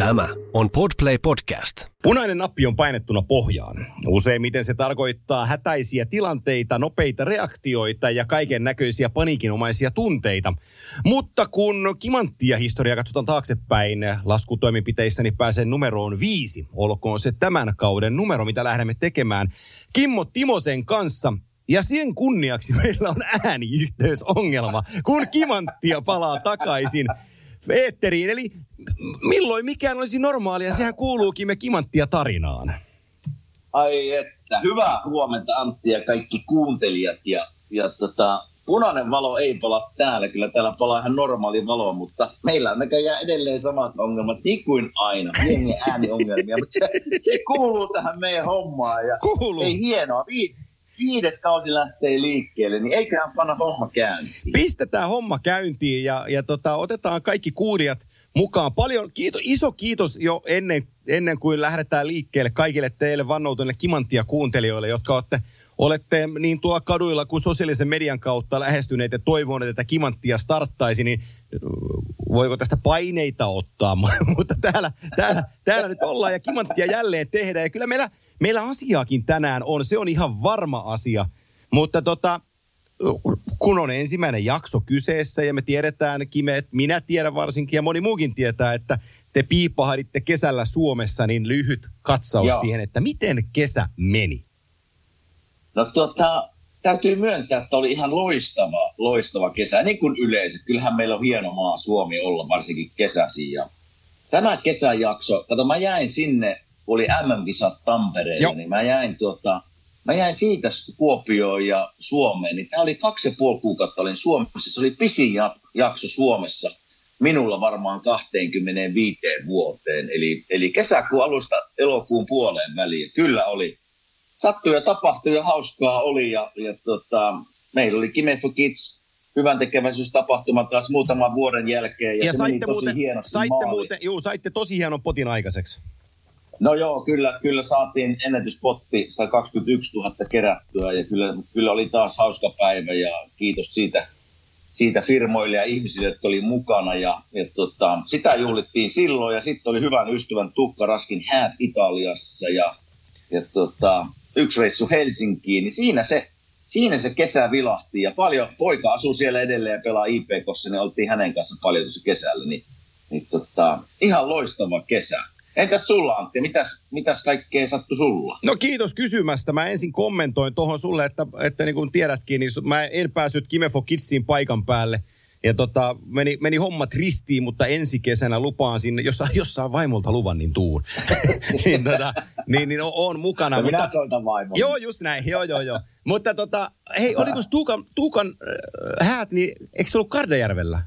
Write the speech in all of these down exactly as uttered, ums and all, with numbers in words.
Tämä on Podplay Podcast. Punainen nappi on painettuna pohjaan. Useimmiten se tarkoittaa hätäisiä tilanteita, nopeita reaktioita ja kaiken näköisiä paniikinomaisia tunteita. Mutta kun kimanttia historiaa katsotaan taaksepäin, laskutoimenpiteissäni pääsen numeroon viisi. Olkoon se tämän kauden numero, mitä lähdemme tekemään Kimmo Timosen kanssa. Ja sen kunniaksi meillä on ääniyhteysongelma, kun kimanttia palaa takaisin eetteriin. Eli milloin mikään olisi normaalia, sehän kuuluukin me kimanttia tarinaan. Ai että, hyvää huomenta Antti ja kaikki kuuntelijat. Ja, ja tota, punainen valo ei pala täällä, kyllä täällä palaa ihan normaali valo, mutta meillä on näköjään edelleen samat ongelmat, niin kuin aina, pieniä ääniongelmia, mutta se, se kuuluu tähän meidän hommaan. Ja kuuluu. Ei hienoa, Vi, viides kausi lähtee liikkeelle, niin eiköhän panna homma käyntiin. Pistetään homma käyntiin ja, ja tota, otetaan kaikki kuulijat mukaan. Paljon kiitos, iso kiitos jo ennen, ennen kuin lähdetään liikkeelle kaikille teille vannoutuneille kimanttia kuuntelijoille, jotka olette, olette niin tuolla kaduilla kuin sosiaalisen median kautta lähestyneet ja toivoneet, että kimanttia starttaisi, niin voiko tästä paineita ottaa? Mutta täällä, täällä, täällä nyt ollaan ja kimanttia jälleen tehdään. Ja kyllä meillä, meillä asiaakin tänään on, se on ihan varma asia. Mutta tota, kun on ensimmäinen jakso kyseessä ja me tiedetään, Kime, minä tiedän varsinkin ja moni muukin tietää, että te piipahditte kesällä Suomessa, niin lyhyt katsaus Joo. siihen, että miten kesä meni? No tota, täytyy myöntää, että oli ihan loistava, loistava kesä, niin kuin yleensä. Kyllähän meillä on hieno maa Suomi olla, varsinkin kesäsi. Ja tämä kesäjakso, kato mä jäin sinne, oli äm äm-kisat Tampereelle, Joo. niin mä jäin tuota... Mä jäin siitä Kuopioon ja Suomeen, niin tämä oli kaksi ja puoli kuukautta olin Suomessa. Se oli pisin jakso Suomessa, minulla varmaan kaksikymmentäviisi vuoteen. Eli, eli kesäkuun alusta elokuun puoleen väliin. Kyllä oli. Sattui ja tapahtui ja hauskaa oli. Ja, ja tota, meillä oli Kime for Kids hyvän tekeväisyystapahtuma taas muutaman vuoden jälkeen. Ja, ja se saitte, meni tosi muuten, saitte, muuten, juu, saitte tosi hienon potin aikaiseksi. No joo, kyllä, kyllä saatiin ennätyspotti sata kaksikymmentäyksituhatta kerättyä ja kyllä, kyllä oli taas hauska päivä ja kiitos siitä, siitä firmoille ja ihmisille, jotka oli mukana. Ja, ja tota, sitä juhlittiin silloin ja sitten oli hyvän ystävän Tukka Raskin häät Italiassa ja, ja tota, yksi reissu Helsinkiin, niin siinä se, siinä se kesä vilahti ja paljon, poika asuu siellä edelleen ja pelaa I P K:ssa, niin oltiin hänen kanssa paljon tuossa kesällä, niin, niin tota, ihan loistava kesä. Entäs sulla, Antti? Mitäs, mitäs kaikkea sattui sulla? No kiitos kysymästä. Mä ensin kommentoin tuohon sulle, että, että niin kuin tiedätkin, niin mä en päässyt Kime for Kidsiin paikan päälle. Ja tota, meni, meni hommat ristiin, mutta ensi kesänä lupaan sinne, jos, jos saa vaimolta luvan, niin tuun. niin, tota, niin, niin on mukana. No mutta, minä soitan vaimolta. Joo, just näin. Joo, joo, joo. Mutta tota, hei, oliko Tuukan, Tuukan äh, häät, niin eikö se ollut Kardajärvellä?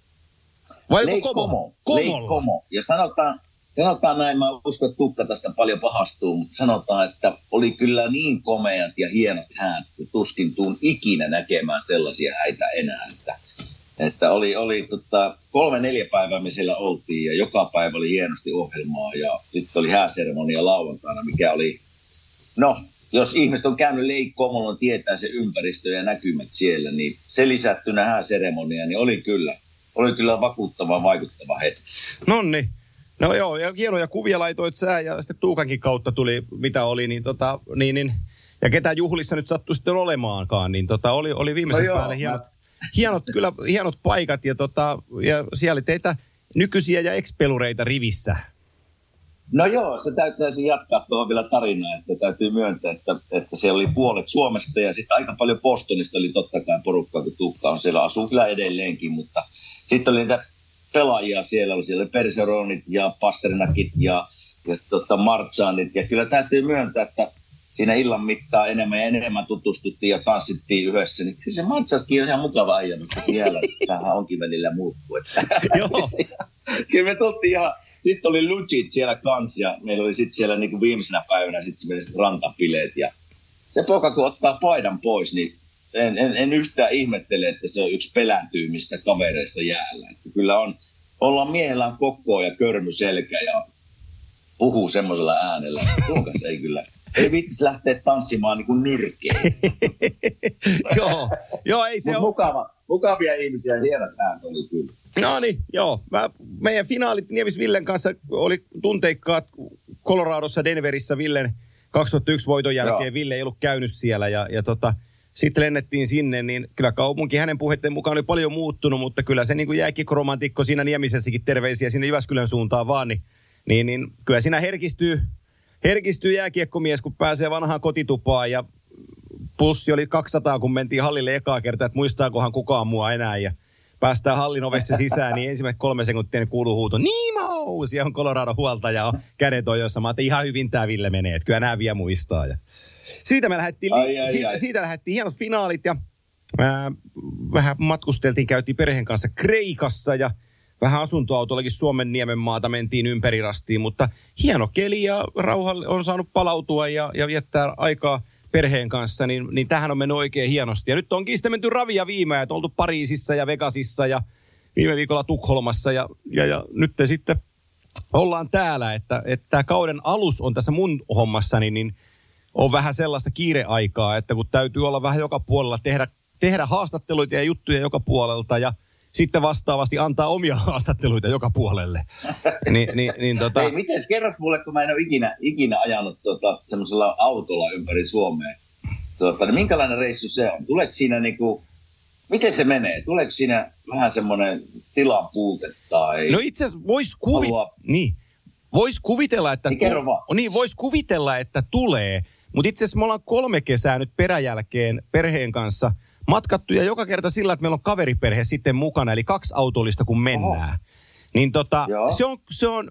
Vai oliko Komo? Komolla. Komo. Ja sanotaan... Sanotaan näin, mä uskon, että Tukka tästä paljon pahastuu, mutta sanotaan, että oli kyllä niin komeat ja hienot häät, että tuskin tuun ikinä näkemään sellaisia häitä enää. Että, että oli, oli tota, kolme neljä päivää me siellä oltiin ja joka päivä oli hienosti ohjelmaa ja sitten oli hääseremonia lauantaina, mikä oli, no jos ihmiset on käynyt Leikkomolla, niin tietää se ympäristö ja näkymät siellä, niin se lisättynä hääseremonia, niin oli kyllä, oli kyllä vakuuttava, vaikuttava hetki. Nonni. No joo, ja hienoja kuvia laitoit sä ja sitten Tuukankin kautta tuli, mitä oli, niin tota, niin, niin ja ketä juhlissa nyt sattui sitten olemaankaan, niin tota, oli, oli viimeisen no joo, päälle hienot, mä... hienot, kyllä hienot paikat ja tota, ja siellä oli teitä nykyisiä ja ekspelureita rivissä. No joo, se täytyisi jatkaa tuohon vielä tarinaa, että täytyy myöntää, että, että siellä oli puolet Suomesta ja sitten aika paljon Bostonista oli totta kai porukkaa, kun Tuukka on siellä, asuu kyllä edelleenkin, mutta sitten oli niitä pelaajia siellä, oli siellä Perseronit ja Pasternakit ja, ja tota Martsanit. Ja kyllä täytyy myöntää, että siinä illan mittaan enemmän ja enemmän tutustuttiin ja tanssittiin yhdessä. Niin kyllä se Martsatkin on ihan mukava äijä, mutta siellä tämähän onkin välillä muuttuu. Joo. Kyllä me tultiin ihan, sitten oli Lucit siellä kanssa ja meillä oli sitten siellä niin kuin viimeisenä päivänä sitten meillä rantapileet. Ja se poika kun ottaa paidan pois, niin En, en, en yhtään ihmettele, että se on yksi peläntymistä kavereista jäällä. Että kyllä on, ollaan miehellä koko ja körmyselkä ja puhuu semmoisella äänellä. Tuukas ei kyllä, ei viittis lähteä tanssimaan niin kuin nyrkeen. joo, joo, ei se ole. Mukava, mukavia ihmisiä ja hienot äänet oli kyllä. No niin, joo. Mä, meidän finaalit Niemis Villen kanssa oli tunteikkaat Coloradossa, Denverissä Villen kaksituhattayksi voiton jälkeen. Joo. Ville ei ollut käynyt siellä ja, ja tota, sitten lennettiin sinne, niin kyllä kaupunki hänen puheiden mukaan oli paljon muuttunut, mutta kyllä se niin kuin jääkiekko-romantikko siinä Niemisessäkin, terveisiä sinne Jyväskylän suuntaan vaan, niin, niin, niin kyllä siinä herkistyy, herkistyy jääkiekkomies, kun pääsee vanhaan kotitupaan ja pussi oli kaksisataa, kun mentiin hallille ekaa kertaa, että muistaakohan kukaan mua enää ja päästään hallin ovesta sisään, niin ensimmäiset kolme sekuntia niin kuuluu huuto, Nimo! Siellä on Colorado huoltaja, kädet on jossa. Mä ajattelin, ihan hyvin tää Ville menee, että kyllä nämä vielä muistaa. Ja siitä me lähdettiin, ai, ai, siitä, ai. siitä lähdettiin hienot finaalit ja ää, vähän matkusteltiin, käytiin perheen kanssa Kreikassa ja vähän asuntoautollakin Suomen Niemenmaata mentiin ympärirastiin, mutta hieno keli ja rauha on saanut palautua ja, ja viettää aikaa perheen kanssa, niin, niin tähän on mennyt oikein hienosti. Ja nyt onkin sitten menty ravia viimein, että oltu Pariisissa ja Vegasissa ja viime viikolla Tukholmassa ja, ja, ja nyt sitten ollaan täällä, että, että tämä kauden alus on tässä mun hommassani, niin on vähän sellaista kiireaikaa, että kun täytyy olla vähän joka puolella, tehdä, tehdä haastatteluita ja juttuja joka puolelta ja sitten vastaavasti antaa omia haastatteluita joka puolelle. Ni, ni, niin, tota... Hei, miten kerros mulle, kun mä en ole ikinä, ikinä ajanut tuota, semmoisella autolla ympäri Suomea. Tuota, niin minkälainen reissu se on? Tuleeko siinä niinku, miten se menee? Tuleeko siinä vähän semmoinen tilan puute tai... No itse asiassa vois, kuvi... halua... niin. vois kuvitella, että... Niin kerro vaan. Niin, vois kuvitella, että tulee. Mutta itse asiassa me ollaan kolme kesää nyt peräjälkeen perheen kanssa matkattu ja joka kerta sillä, että meillä on kaveriperhe sitten mukana, eli kaksi autollista kun mennään. Oho. Niin tota, se on, se on,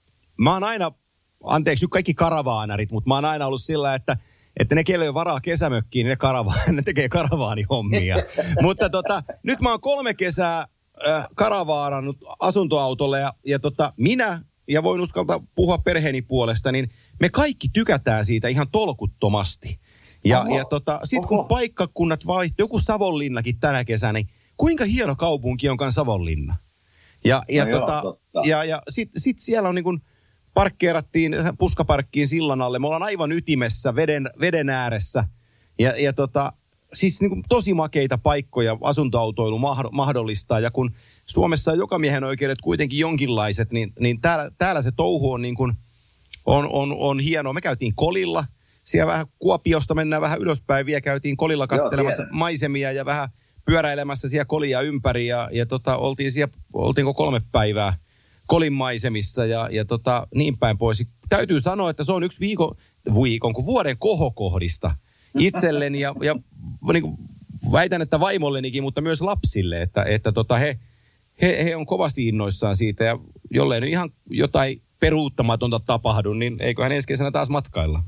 mä oon aina, anteeksi nyt kaikki karavaanarit, mutta mä oon aina ollut sillä, että, että ne, kelle ei ole varaa kesämökkiin, niin ne, karava, ne tekee karavaanihommia. Mutta tota, nyt mä oon kolme kesää äh, karavaanannut asuntoautolle ja, ja tota, minä, ja voin uskaltaa puhua perheeni puolesta, niin me kaikki tykätään siitä ihan tolkuttomasti. Ja, ja tota, sit kun paikkakunnat vaihtuu, joku Savonlinnakin tänä kesänä, niin kuinka hieno kaupunki onkaan Savonlinna? Ja, ja, no tota, joo, ja, ja sit, sit siellä on niin kuin parkkeerattiin puskaparkkiin sillan alle. Me ollaan aivan ytimessä, veden, veden ääressä. Ja, ja tota, siis niin kuin tosi makeita paikkoja asuntoautoilu mahdollistaa. Ja kun Suomessa on joka miehen oikeudet kuitenkin jonkinlaiset, niin, niin täällä, täällä se touhu on, niin kuin, on, on, on hienoa. Me käytiin Kolilla. Siellä vähän Kuopiosta mennään vähän ylöspäin. Vielä käytiin Kolilla katselemassa Joo, maisemia ja vähän pyöräilemässä siellä Kolia ympäri. Ja, ja tota, oltiin siellä, oltiinko kolme päivää Kolin maisemissa ja, ja tota, niin päin pois. Täytyy sanoa, että se on yksi viikon, viikon kuin vuoden kohokohdista itselleni ja, ja niin kuin väitän, että vaimollenikin, mutta myös lapsille. Että, että tota, he, he, he on kovasti innoissaan siitä ja jollei nyt ihan jotain peruuttamatonta tapahdu, niin eiköhän ensi kesänä taas matkailla.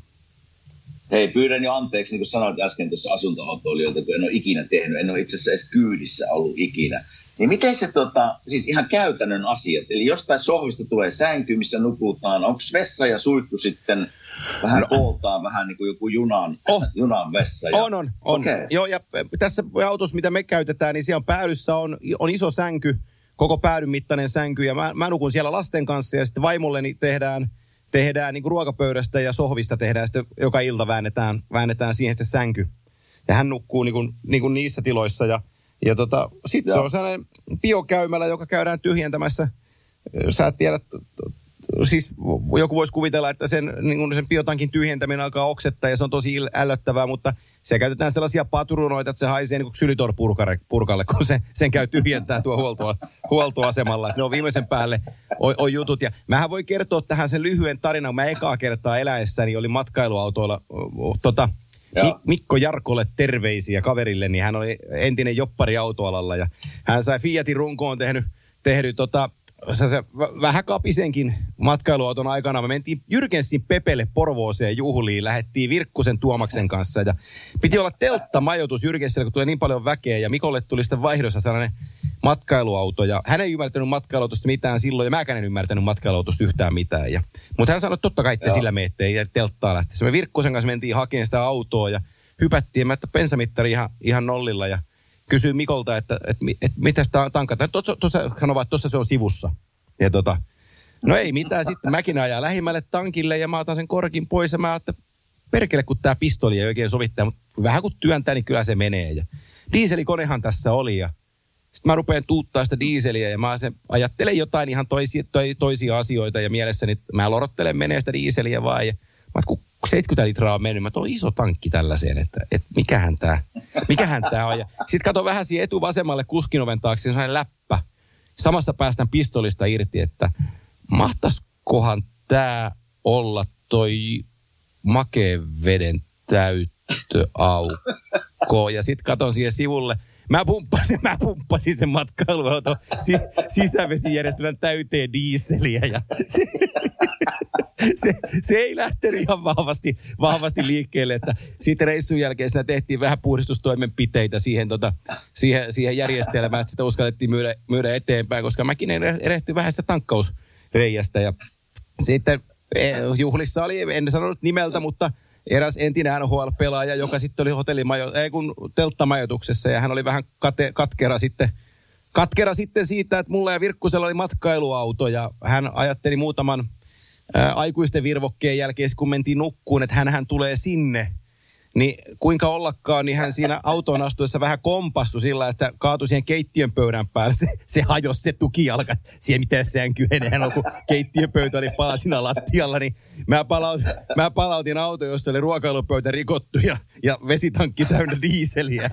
Hei, pyydän jo anteeksi, niin kuin sanoit äsken tuossa asuntoautoilijoilta, kun en ole ikinä tehnyt, en ole itse asiassa edes kyydissä ollut ikinä. Niin miten se, tota, siis ihan käytännön asiat, eli jostain sohvista tulee sänky, missä nukutaan, onko vessa ja suihku sitten vähän no. kooltaan, vähän niin kuin joku junan, oh. junan vessa? Ja... On, on, on. Okay. Joo, ja tässä autossa, mitä me käytetään, niin siellä on päädyssä on, on iso sänky, koko päädyn mittainen sänky, ja mä, mä nukun siellä lasten kanssa, ja sitten vaimolleni tehdään... Tehdään niin kuin ruokapöydästä ja sohvista tehdään sitten joka ilta väännetään, väännetään siihen sitten sänky. Ja hän nukkuu niin kuin, niin kuin niissä tiloissa. Ja, ja tota, sitten se on sellainen biokäymälä, joka käydään tyhjentämässä. Sä et tiedä, siis joku voisi kuvitella, että sen, niin kuin sen biotankin tyhjentäminen alkaa oksettaa ja se on tosi ällöttävää, mutta siellä käytetään sellaisia patruunoita, että se haisee niin kuin Xylitor-purkalle, kun se, sen käy tyhjentää tuo huoltoa, huoltoasemalla. Ne on viimeisen päälle on, on jutut. Ja mähän voi kertoa tähän sen lyhyen tarinan. Mä ekaa kertaa eläessäni oli matkailuautoilla tota, Mikko Jarkolle terveisiä kaverille, niin hän oli entinen joppari autoalalla ja hän sai Fiatin runkoon tehnyt, tehnyt tota, se, se vähän kapisenkin matkailuauton aikana. Me mentiin Jyrkensin Pepelle Porvooseen juhliin, lähdettiin Virkkusen Tuomaksen kanssa ja piti olla telttamajoitus Jyrkensillä, kun tulee niin paljon väkeä ja Mikolle tuli sitten vaihdossa sellainen matkailuauto ja hän ei ymmärtänyt matkailuautosta mitään silloin ja mäkään en ymmärtänyt matkailuautosta yhtään mitään. Ja, mutta hän sanoi, että totta kai te sillä meette ja telttaa lähti. Me Virkkusen kanssa mentiin hakemaan sitä autoa ja hypättiin, mä että bensamittari ihan, ihan nollilla ja kysyi Mikolta, että, että, että mitäs tää tankataan. Tuossa sanoi vaan, että tuossa se on sivussa. Ja tota, no ei mitään. Sitten mäkin ajaa lähimmälle tankille ja mä otan sen korkin pois. Ja mä että perkele, kun tää pistoli ei oikein sovittaa. Mutta vähän kun työntää, niin kyllä se menee. Ja dieselikonehan tässä oli. Ja sitten Sitten mä rupean tuuttaa sitä diiseliä ja mä sen ajattelen jotain ihan toisia, toisia asioita ja mielessäni mä lorottelen menee sitä diiseliä vaan. Ja mä kun seitsemänkymmentä litraa on mennyt, mä tuon iso tankki tällaiseen, että, että mikähän tää, mikähän tää on. Sitten katon vähän siihen etuvasemmalle kuskinoven taakse, se on sellainen läppä. Samassa päästään pistolista irti, että mahtaisikohan tää olla toi makeen veden täyttöaukko. Ja sitten katon siihen sivulle. Mä pumppasin, mä pumppasin sen matkailuauton si- sisävesijärjestelmän täyteen diisseliä ja se, se, se ei lähtenyt ihan vahvasti, vahvasti liikkeelle, että sitten reissun jälkeen siinä tehtiin vähän puhdistustoimenpiteitä siihen, tota, siihen, siihen järjestelmään, että sitä uskallettiin myydä, myydä eteenpäin, koska mäkin erehtyin vähän sitä tankkausreijästä ja sitten juhlissa oli, en sanonut nimeltä, mutta eräs entinen N H L-pelaaja, joka sitten oli hotellimajo, ei kun telttamajoituksessa ja hän oli vähän kate, katkera sitten, katkera sitten siitä, että mulla ja Virkkusella oli matkailuauto ja hän ajatteli muutaman ää, aikuisten virvokkeen jälkeen, kun mentiin nukkuun, että hänhän tulee sinne. Niin kuinka ollakaan, niin hän siinä autoon astuessa vähän kompastui sillä, että kaatui siihen keittiön pöydän päälle. Se, se hajosi se tukijalka siihen, miten sänky enää on, kun keittiöpöytä oli palasina lattialla. Niin mä, palautin, mä palautin auto, josta oli ruokailupöytä rikottu ja, ja vesitankki täynnä diiseliä.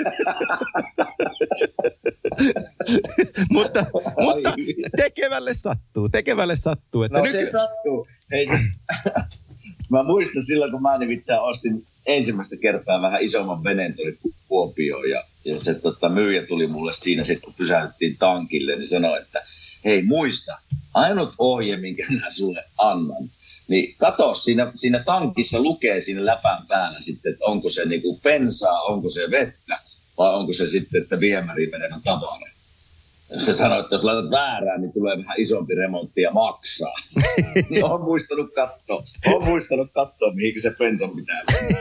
mutta, mutta tekevälle sattuu, tekevälle sattuu. Että no nyky... se sattuu. Hei, mä muistan silloin, kun mä nimittäin ostin ensimmäistä kertaa vähän isomman veneen tuli Kuopioon ja, ja se tota, myyjä tuli mulle siinä sitten, kun pysähdyttiin tankille, niin sanoi, että hei muista, ainut ohje, minkä minä sulle annan, niin kato, siinä, siinä tankissa lukee siinä läpän päällä sitten, että onko se niinku bensaa, onko se vettä vai onko se sitten, että viemäri menevä tavara. Se sanoi, että jos laitat väärään, niin tulee vähän isompi remontti ja maksaa. Niin on muistanut katsoa. On muistanut katsoa, mihin se bensan pitää.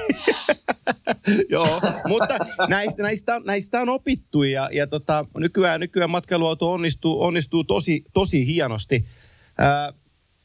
Joo, mutta näistä, näistä, on, näistä on opittu ja, ja tota, nykyään, nykyään matkailuauto onnistuu, onnistuu tosi, tosi hienosti. Ää,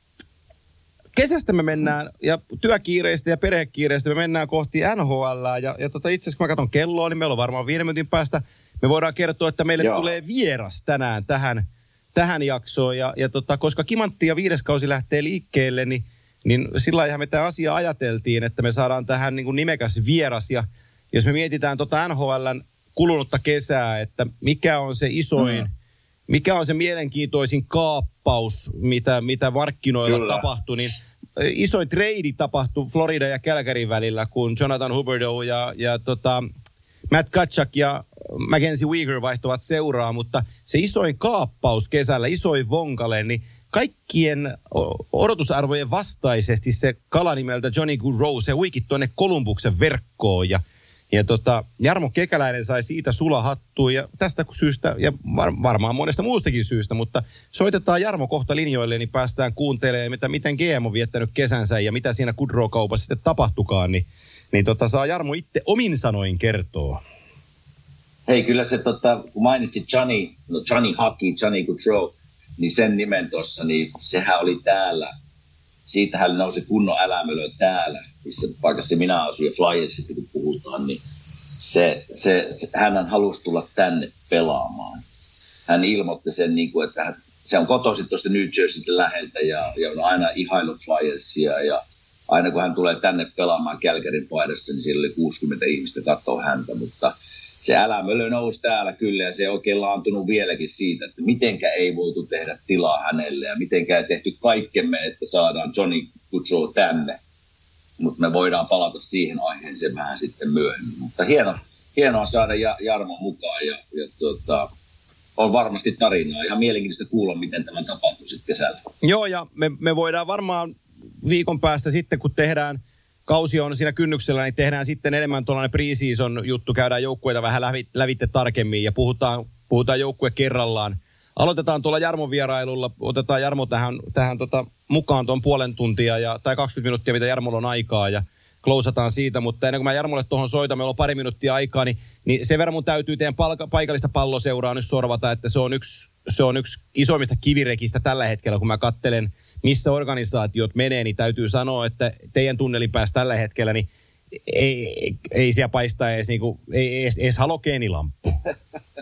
kesästä me mennään ja työkiireistä ja perhekiireistä me mennään kohti N H L. Ja, ja tota, itse asiassa kun mä katson kelloa, niin meillä on varmaan viiden minuutin päästä. Me voidaan kertoa, että meille Joo. tulee vieras tänään tähän, tähän jaksoon. Ja, ja tota, koska Kimantti ja viides kausi lähtee liikkeelle, niin, niin sillä laillahan me tämä asia ajateltiin, että me saadaan tähän niin kuin nimekäs vieras. Ja jos me mietitään tota N H L:n kulunutta kesää, että mikä on se isoin, mm. mikä on se mielenkiintoisin kaappaus, mitä, mitä markkinoilla Kyllä. tapahtui, niin isoin trade tapahtui Florida ja Calgaryn välillä, kun Jonathan Huberdeau ja, ja tota, Matt Tkachuk ja Mackenzie Weegar vaihtuvat seuraa, mutta se isoin kaappaus kesällä, isoin vonkale, niin kaikkien odotusarvojen vastaisesti se kala nimeltä Johnny Gaudreau, se huikit tuonne Columbuksen verkkoon ja, ja tota, Jarmo Kekäläinen sai siitä sulahattua ja tästä syystä ja var, varmaan monesta muustakin syystä, mutta soitetaan Jarmo kohta linjoille, niin päästään kuuntelemaan, mitä, miten G M on viettänyt kesänsä ja mitä siinä Gaudreau-kaupassa sitten tapahtukaan, niin, niin tota, saa Jarmo itse omin sanoin kertoa. Hei, kyllä se, tota, kun mainitsit Johnny, no Johnny Hockey, Johnny Gaudreau, niin sen nimen tuossa, niin sehän oli täällä. Siitähän nousi kunnon älämölö täällä, missä paikassa minä asun ja Flyersista, kun puhutaan, niin se, se, se, hän halusi tulla tänne pelaamaan. Hän ilmoitti sen, niin kuin, että hän, se on kotoisin tuosta New Jerseystä läheltä ja, ja on aina ihaillut Flyersia ja aina kun hän tulee tänne pelaamaan Calgaryn paidassa, niin siellä oli kuusikymmentä ihmistä katsoo häntä, mutta se älämölö nousi täällä kyllä ja se on oikein laantunut vieläkin siitä, että mitenkä ei voitu tehdä tilaa hänelle ja mitenkä ei tehty kaikkemme, että saadaan Johnny Gaudreau tänne. Mutta me voidaan palata siihen aiheeseen vähän sitten myöhemmin. Mutta hieno, hienoa saada Jarmo mukaan ja, ja tuota, on varmasti tarinaa. Ihan mielenkiintoista kuulla, miten tämä tapahtui sitten kesällä. Joo ja me, me voidaan varmaan viikon päästä sitten, kun tehdään kausi on siinä kynnyksellä, niin tehdään sitten enemmän tuollainen pre-season juttu, käydään joukkueita vähän lävi, lävitte tarkemmin ja puhutaan, puhutaan joukkue kerrallaan. Aloitetaan tuolla Jarmon vierailulla, otetaan Jarmo tähän, tähän tota, mukaan tuon puolen tuntia ja, tai kaksikymmentä minuuttia, mitä Jarmolla on aikaa ja klousataan siitä, mutta ennen kuin mä Jarmolle tuohon soitan, meillä on pari minuuttia aikaa, niin, niin sen verran mun täytyy teidän palka, paikallista palloseuraa nyt sorvata, että se on yksi, se on yksi isoimmista kivirekistä tällä hetkellä, kun mä katselen missä organisaatiot menee, niin täytyy sanoa, että teidän tunnelin päässä tällä hetkellä, niin ei, ei, ei siellä paista edes, niin kuin, ei, edes, edes halogeenilamppu.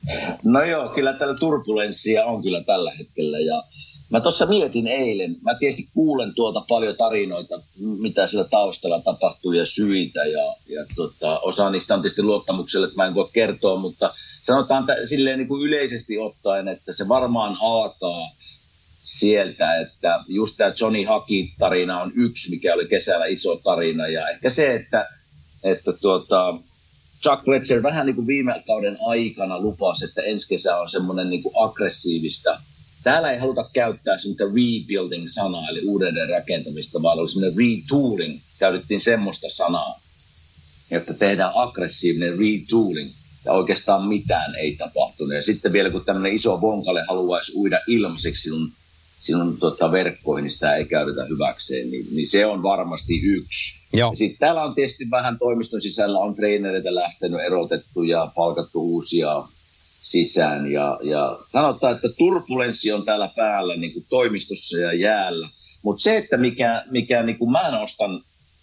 No joo, kyllä tällä turbulenssia on kyllä tällä hetkellä ja mä tuossa mietin eilen, mä tietysti kuulen tuolta paljon tarinoita, mitä siellä taustalla tapahtuu ja syitä ja, ja tota, osa niistä on tietysti luottamukselle, että mä en voi kertoa, mutta sanotaan t- silleen niin kuin yleisesti ottaen, että se varmaan alkaa sieltä, että just tämä Johnny Haki-tarina on yksi, mikä oli kesällä iso tarina ja ehkä se, että, että tuota, Chuck Fletcher vähän niin kuin viime kauden aikana lupasi, että ensi kesä on semmoinen niin kuin aggressiivista. Täällä ei haluta käyttää semmoista rebuilding-sanaa, eli uudelleen rakentamista, vaan oli semmoinen retooling. Käytettiin semmoista sanaa, että tehdään aggressiivinen retooling, ja oikeastaan mitään ei tapahtunut. Ja sitten vielä kun tämmöinen iso vonkale haluaisi uida ilmaiseksi sinun, sinun tota, verkkoihin, niin sitä ei käytetä hyväkseen, niin, niin se on varmasti yksi. Joo. Ja sitten täällä on tietysti vähän toimiston sisällä, on treenereitä lähtenyt, erotettu ja palkattu uusia sisään. Ja, ja sanotaan, että turbulenssi on täällä päällä niin kuin toimistossa ja jäällä. Mutta se, että mikä, mikä niin kuin mä nostan,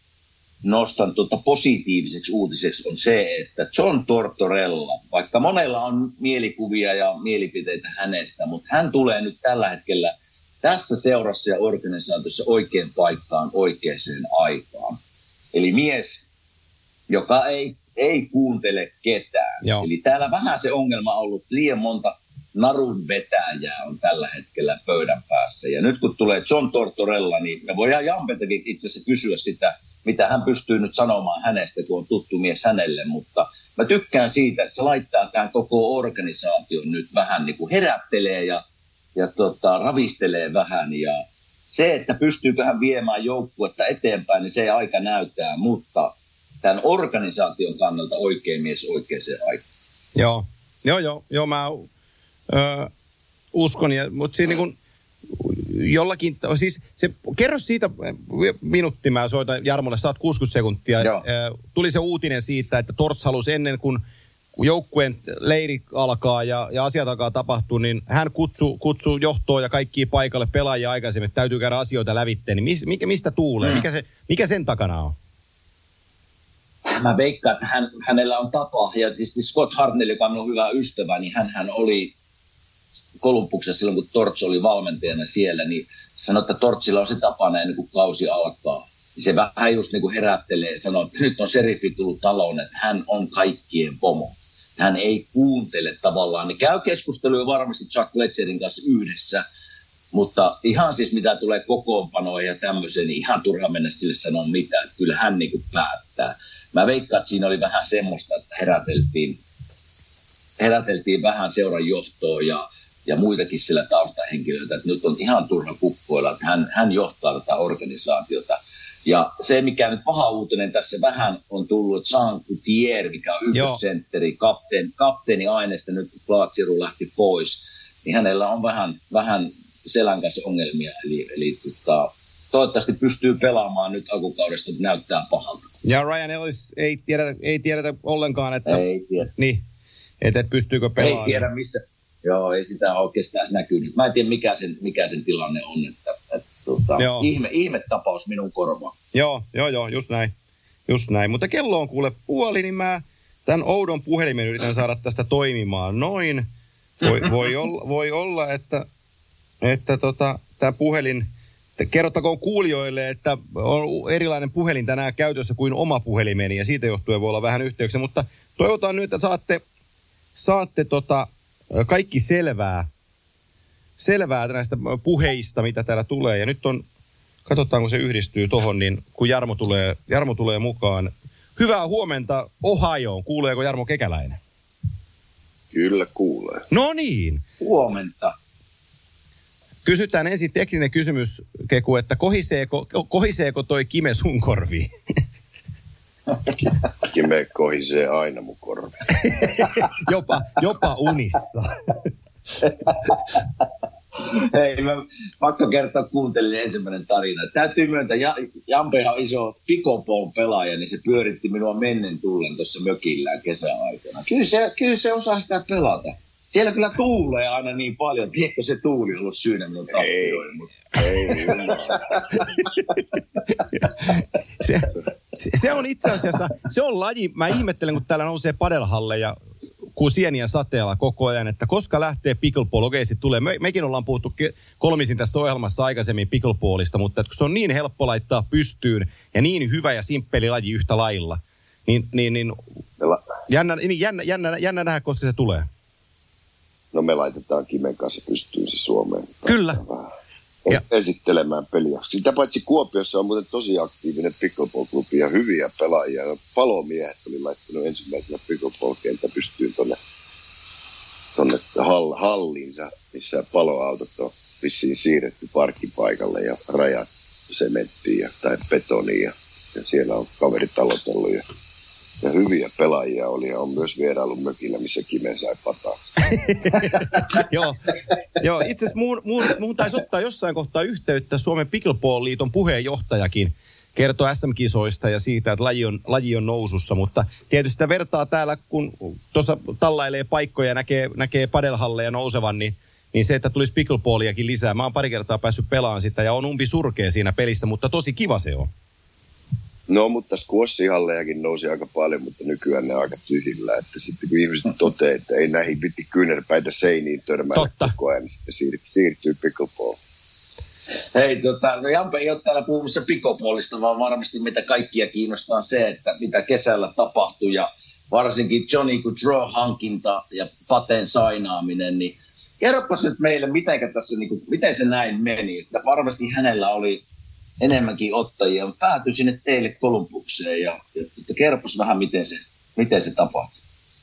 nostan tuota positiiviseksi uutiseksi, on se, että John Tortorella, vaikka monella on mielikuvia ja mielipiteitä hänestä, mutta hän tulee nyt tällä hetkellä tässä seurassa ja organisaatiossa oikein paikkaan oikeaan aikaan. Eli mies, joka ei, ei kuuntele ketään. Joo. Eli täällä vähän se ongelma on ollut, liian monta narun vetäjää on tällä hetkellä pöydän päässä. Ja nyt kun tulee John Tortorella, niin me voidaan Jampetakin itse asiassa kysyä sitä, mitä hän pystyy nyt sanomaan hänestä, kun on tuttu mies hänelle. Mutta mä tykkään siitä, että se laittaa tämän koko organisaation nyt vähän niin kuin herättelee ja, ja tota, ravistelee vähän ja se, että pystyykö hän viemään joukkuetta eteenpäin, niin se aika näyttää, mutta tämän organisaation kannalta oikein mies oikeaan aikaan. Joo, joo, joo, joo mä ö, uskon, ja, mutta siinä niin kuin jollakin, siis se, kerro siitä, minuutti mä soitan Jarmolle, saat kuusikymmentä sekuntia, ö, tuli se uutinen siitä, että Torts halusi ennen kuin kun joukkueen leiri alkaa ja, ja asiat alkaa tapahtua, niin hän kutsuu, kutsuu johtoa ja kaikkia paikalle pelaajia aikaisemmin, että täytyy käydä asioita lävitteen. Niin mis, mikä, mistä tuulee? Mm. Mikä, se, mikä sen takana on? Mä veikkaan, että hän, hänellä on tapa. Ja tietysti Scott Hartnell, joka on hyvä ystävä, niin hän, hän oli Columbuksessa silloin, kun Torts oli valmentajana siellä, niin sanoi, että Tortsilla on se tapana ennen kuin kausi alkaa. Se vähän just niin kuin herättelee ja sanoo, että nyt on seriffi tullut taloon, että hän on kaikkien pomo. Hän ei kuuntele tavallaan. Niin käy keskusteluja varmasti Chuck Fletcherin kanssa yhdessä, mutta ihan siis mitä tulee kokoonpanoja ja tämmöiseen, niin ihan turha mennä sille sanoa mitään. Kyllä hän niin kuin päättää. Mä veikkaan, että siinä oli vähän semmoista, että heräteltiin, heräteltiin vähän seuran johtoa ja, ja muitakin siellä taustahenkilöitä, että nyt on ihan turha kukkoilla, että hän, hän johtaa tätä organisaatiota. Ja se, mikä nyt paha uutinen tässä vähän on tullut, että Jean Coutier, mikä on ykkössentteri, kapteeni, kapteeni aineesta, nyt kun Plaatsiru lähti pois, niin hänellä on vähän, vähän selän kanssa ongelmia. Eli, eli tota, toivottavasti pystyy pelaamaan nyt alkukaudesta, mutta näyttää pahalta. Ja Ryan Ellis ei tiedetä, ei tiedetä ollenkaan, että, ei tiedä. Niin, että, että pystyykö pelaamaan. Ei tiedä missä. Joo, ei sitä oikeastaan näkynyt. Mä en tiedä, mikä sen, mikä sen tilanne on. Että, että, tuota, ihme, ihme tapaus minun korvaan. Joo, joo, joo, just näin. Just näin. Mutta kello on kuule puoli, niin mä tämän oudon puhelimen yritän saada tästä toimimaan. Noin. Voi, voi, olla, voi olla, että, että tota, tämä puhelin, kerrottakoon kuulijoille, että on erilainen puhelin tänään käytössä kuin oma puhelimeni, ja siitä johtuen voi olla vähän yhteyksiä. Mutta toivotaan nyt, että saatte, saatte tota, kaikki selvää, selvää näistä puheista, mitä täällä tulee. Ja nyt on, katsotaan kun se yhdistyy tohon, niin kun Jarmo tulee, Jarmo tulee mukaan. Hyvää huomenta Ohioon. Kuuleeko Jarmo Kekäläinen? Kyllä kuulee. No niin. Huomenta. Kysytään ensin tekninen kysymys, Keku, että kohiseeko, kohiseeko toi Kime sun korviin? Kime kohisee aina mun korviin. jopa, jopa unissa. Hei, mä pakko kertoa, kuuntelin ensimmäinen tarina. Täytyy myöntää, Jampehan on iso pickleball pelaaja, niin se pyöritti minua mennen tullen tuossa mökillään kesäaikana. Kyllä se, kyllä se osaa sitä pelata. Siellä kyllä tuulee aina niin paljon. Tiedätkö se tuuli ollut syynä minun tappioihin? Mutta... Ei, se, se on itse asiassa, se on laji, mä ihmettelen, kun täällä nousee padelhalle ja nukkuu sieniä sateella koko ajan, että koska lähtee pickleball, okei sitten tulee. Me, mekin ollaan puhuttu kolmisin tässä ohjelmassa aikaisemmin pickleballista, mutta että kun se on niin helppo laittaa pystyyn ja niin hyvä ja simppeli laji yhtä lailla, niin, niin, niin jännä, jännä, jännä, jännä nähdä, koska se tulee. No me laitetaan Kimen kanssa pystyyn se Suomeen. Kyllä. Ja esittelemään peliä. Sitä paitsi Kuopiossa on muuten tosi aktiivinen pickleball-klubi ja hyviä pelaajia. Palomiehet oli laittanut ensimmäisenä pickleball-kentä pystyyn tuonne tonne hall, halliinsa, missä paloautot on vissiin siirretty parkkipaikalle ja rajat sementtiin ja, tai betoniin. Ja, ja siellä on kaverit aloitellut ja, ja hyviä pelaajia oli ja on myös vierailun mökillä, missä Kime sai pataa. Joo, Joo itse asiassa muun, muun, muun taisi ottaa jossain kohtaa yhteyttä Suomen Pickleball-liiton puheenjohtajakin kertoo S M-kisoista ja siitä, että laji on, laji on nousussa, mutta tietysti sitä vertaa täällä, kun tuossa tallailee paikkoja ja näkee, näkee padelhalleja nousevan, niin, niin se, että tulisi pickleballiakin lisää. Mä oon pari kertaa päässyt pelaamaan sitä ja on umpi surkea siinä pelissä, mutta tosi kiva se on. No, mutta squash-hallejakin nousi aika paljon, mutta nykyään ne on aika tyhjillä. Että sitten kun ihmiset toteaa, että ei näihin piti kyynärpäitä seiniin törmäillä koko ajan, niin sitten siirtyy, siirtyy pickleball. Hei, tota, no Jampe ei ole täällä puhumassa pickleballista, vaan varmasti mitä kaikkia kiinnostaa se, että mitä kesällä tapahtui. Ja varsinkin Johnny Gaudreau-hankinta ja paten sainaaminen, niin kerropas nyt meille, miten, tässä, niin kuin, miten se näin meni. Että varmasti hänellä oli enemmänkin ottajia, mutta päätyi sinne teille Kolumbukseen ja, ja kerropas vähän, miten se, miten se tapahtui.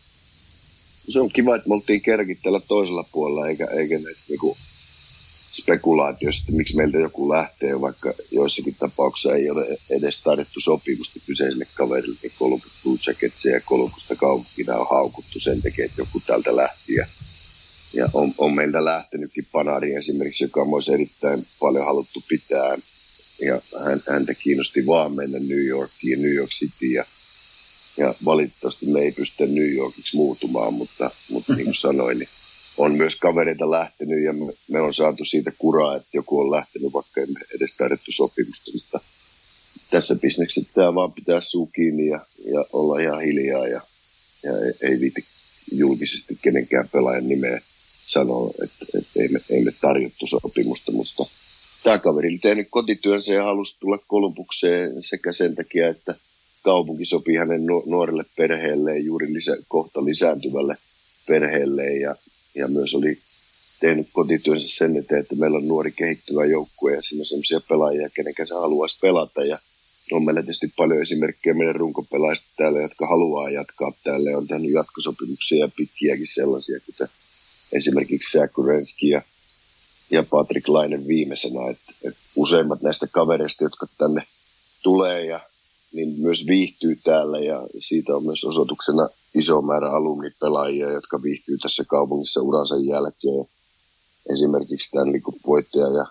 Se on kiva, että me oltiin kerrankin tällä toisella puolella, eikä, eikä näissä niinku spekulaatioissa, että miksi meiltä joku lähtee, vaikka joissakin tapauksissa ei ole edes tarjottu sopimusta kyseiselle kaverille, niin Columbus Blue Jacketsia ja Columbusta kaupunkina on haukuttu sen takia, että joku täältä lähti. Ja, ja on, on meiltä lähtenytkin Panari esimerkiksi, joka on myös erittäin paljon haluttu pitää. Ja hän, häntä kiinnosti vaan mennä New Yorkiin, New York Cityin. Ja, ja valitettavasti me ei pystytä New Yorkiksi muutumaan, mutta, mutta niin kuin sanoin, niin on myös kavereita lähtenyt ja me, me on saatu siitä kuraa, että joku on lähtenyt, vaikka emme edes tarjottu sopimusta. Mutta tässä bisneksessä tämä vaan pitää suu kiinni ja, ja olla ihan hiljaa ja, ja ei, ei viiti julkisesti kenenkään pelaajan nimeä sanoa, että, että ei, me, ei me tarjottu sopimusta, mutta tämä kaveri oli tehnyt kotityönsä ja halusi tulla Kolumbukseen sekä sen takia, että kaupunki sopii hänen nuorelle perheelleen, juuri lisä, kohta lisääntyvälle perheelleen. Ja, ja myös oli tehnyt kotityönsä sen eteen, että meillä on nuori kehittyvä joukkue ja siinä on sellaisia pelaajia, kenen kanssa haluaisi pelata. Ja on meillä tietysti paljon esimerkkejä meidän runkopelaajista täällä, jotka haluaa jatkaa täällä ja on tehnyt jatkosopimuksia ja pitkiäkin sellaisia, kuten esimerkiksi Zach Werenski ja ja Patrick Laine viimeisenä, että, että useimmat näistä kavereista, jotka tänne tulee ja niin myös viihtyy täällä ja siitä on myös osoituksena iso määrä alumnipelaajia, jotka viihtyy tässä kaupungissa uransa jälkeen. Esimerkiksi Stanley Cup-voittaja ja,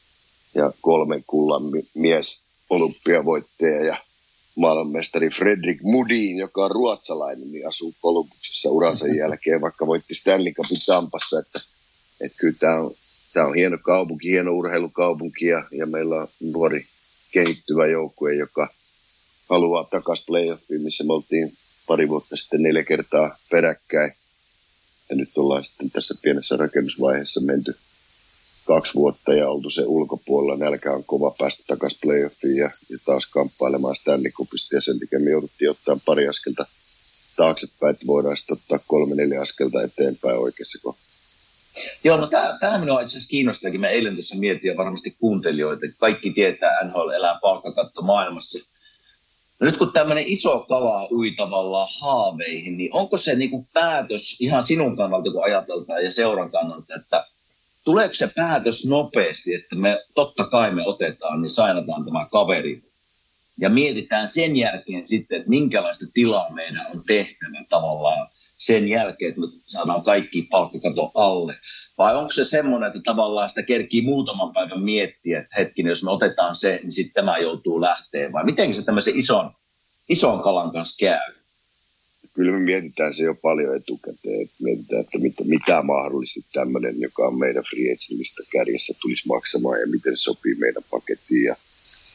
ja kolmen kullan mies olympiavoittaja ja maailmanmestari Fredrik Mudin, joka on ruotsalainen, niin asuu Kolumbuksessa uransa jälkeen, vaikka voitti Stanley Cupin Tampassa, että, että kyllä tämä on Tämä on hieno kaupunki, hieno urheilukaupunki ja, ja meillä on nuori kehittyvä joukkue, joka haluaa takaisin playoffiin, missä me oltiin pari vuotta sitten neljä kertaa peräkkäin. Ja nyt ollaan sitten tässä pienessä rakennusvaiheessa menty kaksi vuotta ja oltu se ulkopuolella. Nälkä on kova päästä takaisin playoffiin ja, ja taas kamppailemaan Stanley Cupista. Ja sen takia me jouduttiin ottaa pari askelta taaksepäin, että voidaan sitten ottaa kolme neljä askelta eteenpäin oikeassa kohdassa. Joo, no tämä minua itse asiassa kiinnostaakin. Mä eilen tuossa mietin ja varmasti kuuntelijoita, että kaikki tietää, N H L elää palkkakatto maailmassa. No nyt kun tämmöinen iso kala ui tavallaan haaveihin, niin onko se niinku päätös ihan sinun kannalta, kun ajateltaan ja seuran kannalta, että tuleeko se päätös nopeasti, että me totta kai me otetaan, niin sainataan tämä kaveri ja mietitään sen jälkeen sitten, että minkälaista tilaa meidän on tehtävä tavallaan sen jälkeen, että me saadaan kaikki palkkakaton alle. Vai onko se semmoinen, että tavallaan sitä kerkii muutaman päivän miettiä, että hetkinen, jos me otetaan se, niin sitten tämä joutuu lähteen. Vai miten se tämmöisen ison, ison kalan kanssa käy? Kyllä me mietitään se jo paljon etukäteen. Että mietitään, että mitä, mitä mahdollisesti tämmöinen, joka on meidän free agentista kärjessä, tulisi maksamaan ja miten se sopii meidän pakettiin. Ja,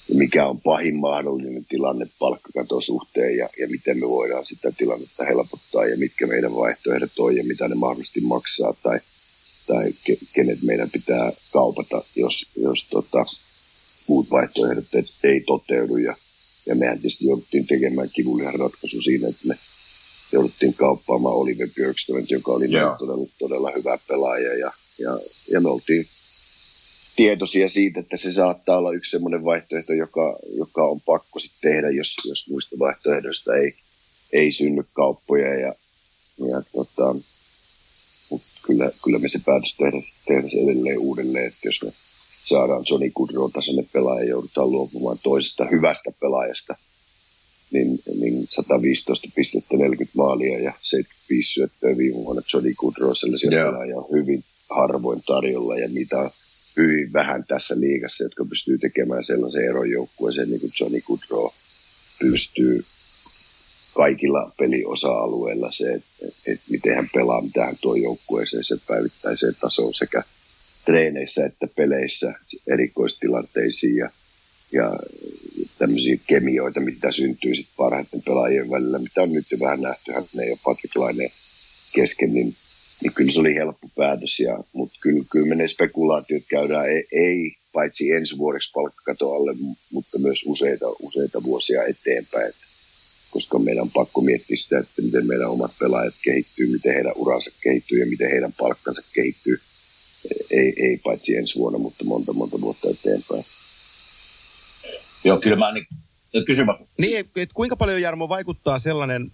mikä on pahin mahdollinen tilanne palkkakaton suhteen ja, ja miten me voidaan sitä tilannetta helpottaa ja mitkä meidän vaihtoehdot on ja mitä ne mahdollisesti maksaa tai, tai ke, kenet meidän pitää kaupata, jos, jos tota, muut vaihtoehdot ei toteudu. Ja, ja mehän tietysti jouduttiin tekemään kivulihan ratkaisu siinä, että me jouduttiin kauppaamaan Oliver Björkström, joka oli yeah. todella, todella hyvä pelaaja ja, ja, ja me oltiin tietoisia siitä, että se saattaa olla yksi semmoinen vaihtoehto, joka, joka on pakko sitten tehdä, jos, jos muista vaihtoehdoista ei, ei synny kauppoja. Ja, ja tota, mutta kyllä, kyllä me se päätös tehdä, tehdä se edelleen uudelleen, että jos me saadaan Johnny Gaudreau-tasoinen pelaaja ja joudutaan luopumaan toisesta hyvästä pelaajasta, niin, niin sata viisitoista pistettä, neljäkymmentä maalia ja seitsemänkymmentäviisi syöttöä viime vuonna Johnny Gaudreau, sellaisia yeah. pelaajia on hyvin harvoin tarjolla ja niitä on hyvin vähän tässä liigassa, jotka pystyy tekemään sellaisen eron joukkueeseen, niin kuin Johnny Gaudreau pystyy kaikilla peliosa-alueilla se, että et miten hän pelaa, mitä hän tuo joukkueeseen, se päivittäiseen tasoon sekä treeneissä että peleissä, erikoistilanteisiin ja, ja tämmöisiä kemioita, mitä syntyy sitten parhaiten pelaajien välillä, mitä on nyt jo vähän nähty, hän ja Patrik Laine kesken, niin niin kyllä se oli helppo päätös, ja, mutta kyllä, kyllä me ne spekulaatiot käydään ei, ei paitsi ensi vuodeksi palkkakaton alle, mutta myös useita, useita vuosia eteenpäin, että, koska meidän on pakko miettiä sitä, että miten meidän omat pelaajat kehittyy, miten heidän uransa kehittyy ja miten heidän palkkansa kehittyy, ei, ei paitsi ensi vuonna, mutta monta monta vuotta eteenpäin. Joo, kyllä mä niin, kysymä. Niin, että kuinka paljon, Jarmo, vaikuttaa sellainen...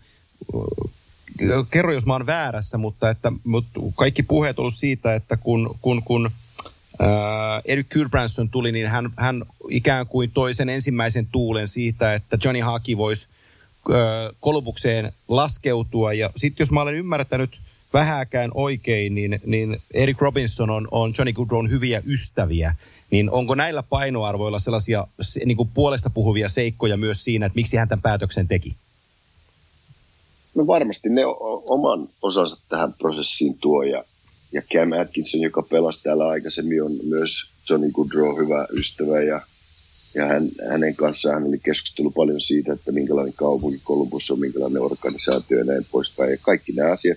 Kerro, jos mä oon väärässä, mutta, että, mutta kaikki puheet on ollut siitä, että kun, kun, kun ää, Erik Gudbranson tuli, niin hän, hän ikään kuin toi sen ensimmäisen tuulen siitä, että Johnny Hockey voisi Kolumbukseen laskeutua. Ja sitten jos mä olen ymmärtänyt vähääkään oikein, niin, niin Eric Robinson on, on Johnny Gaudreaun hyviä ystäviä. Niin onko näillä painoarvoilla sellaisia niin kuin puolesta puhuvia seikkoja myös siinä, että miksi hän tämän päätöksen teki? No varmasti ne oman osansa tähän prosessiin tuo ja, ja Cam Atkinson, joka pelasi täällä aikaisemmin, on myös Johnny Gaudreau hyvä ystävä ja, ja hän, hänen kanssaan hän oli keskustelu paljon siitä, että minkälainen kaupunki Columbus on, minkälainen organisaatio ja näin poispäin. Ja kaikki nämä asiat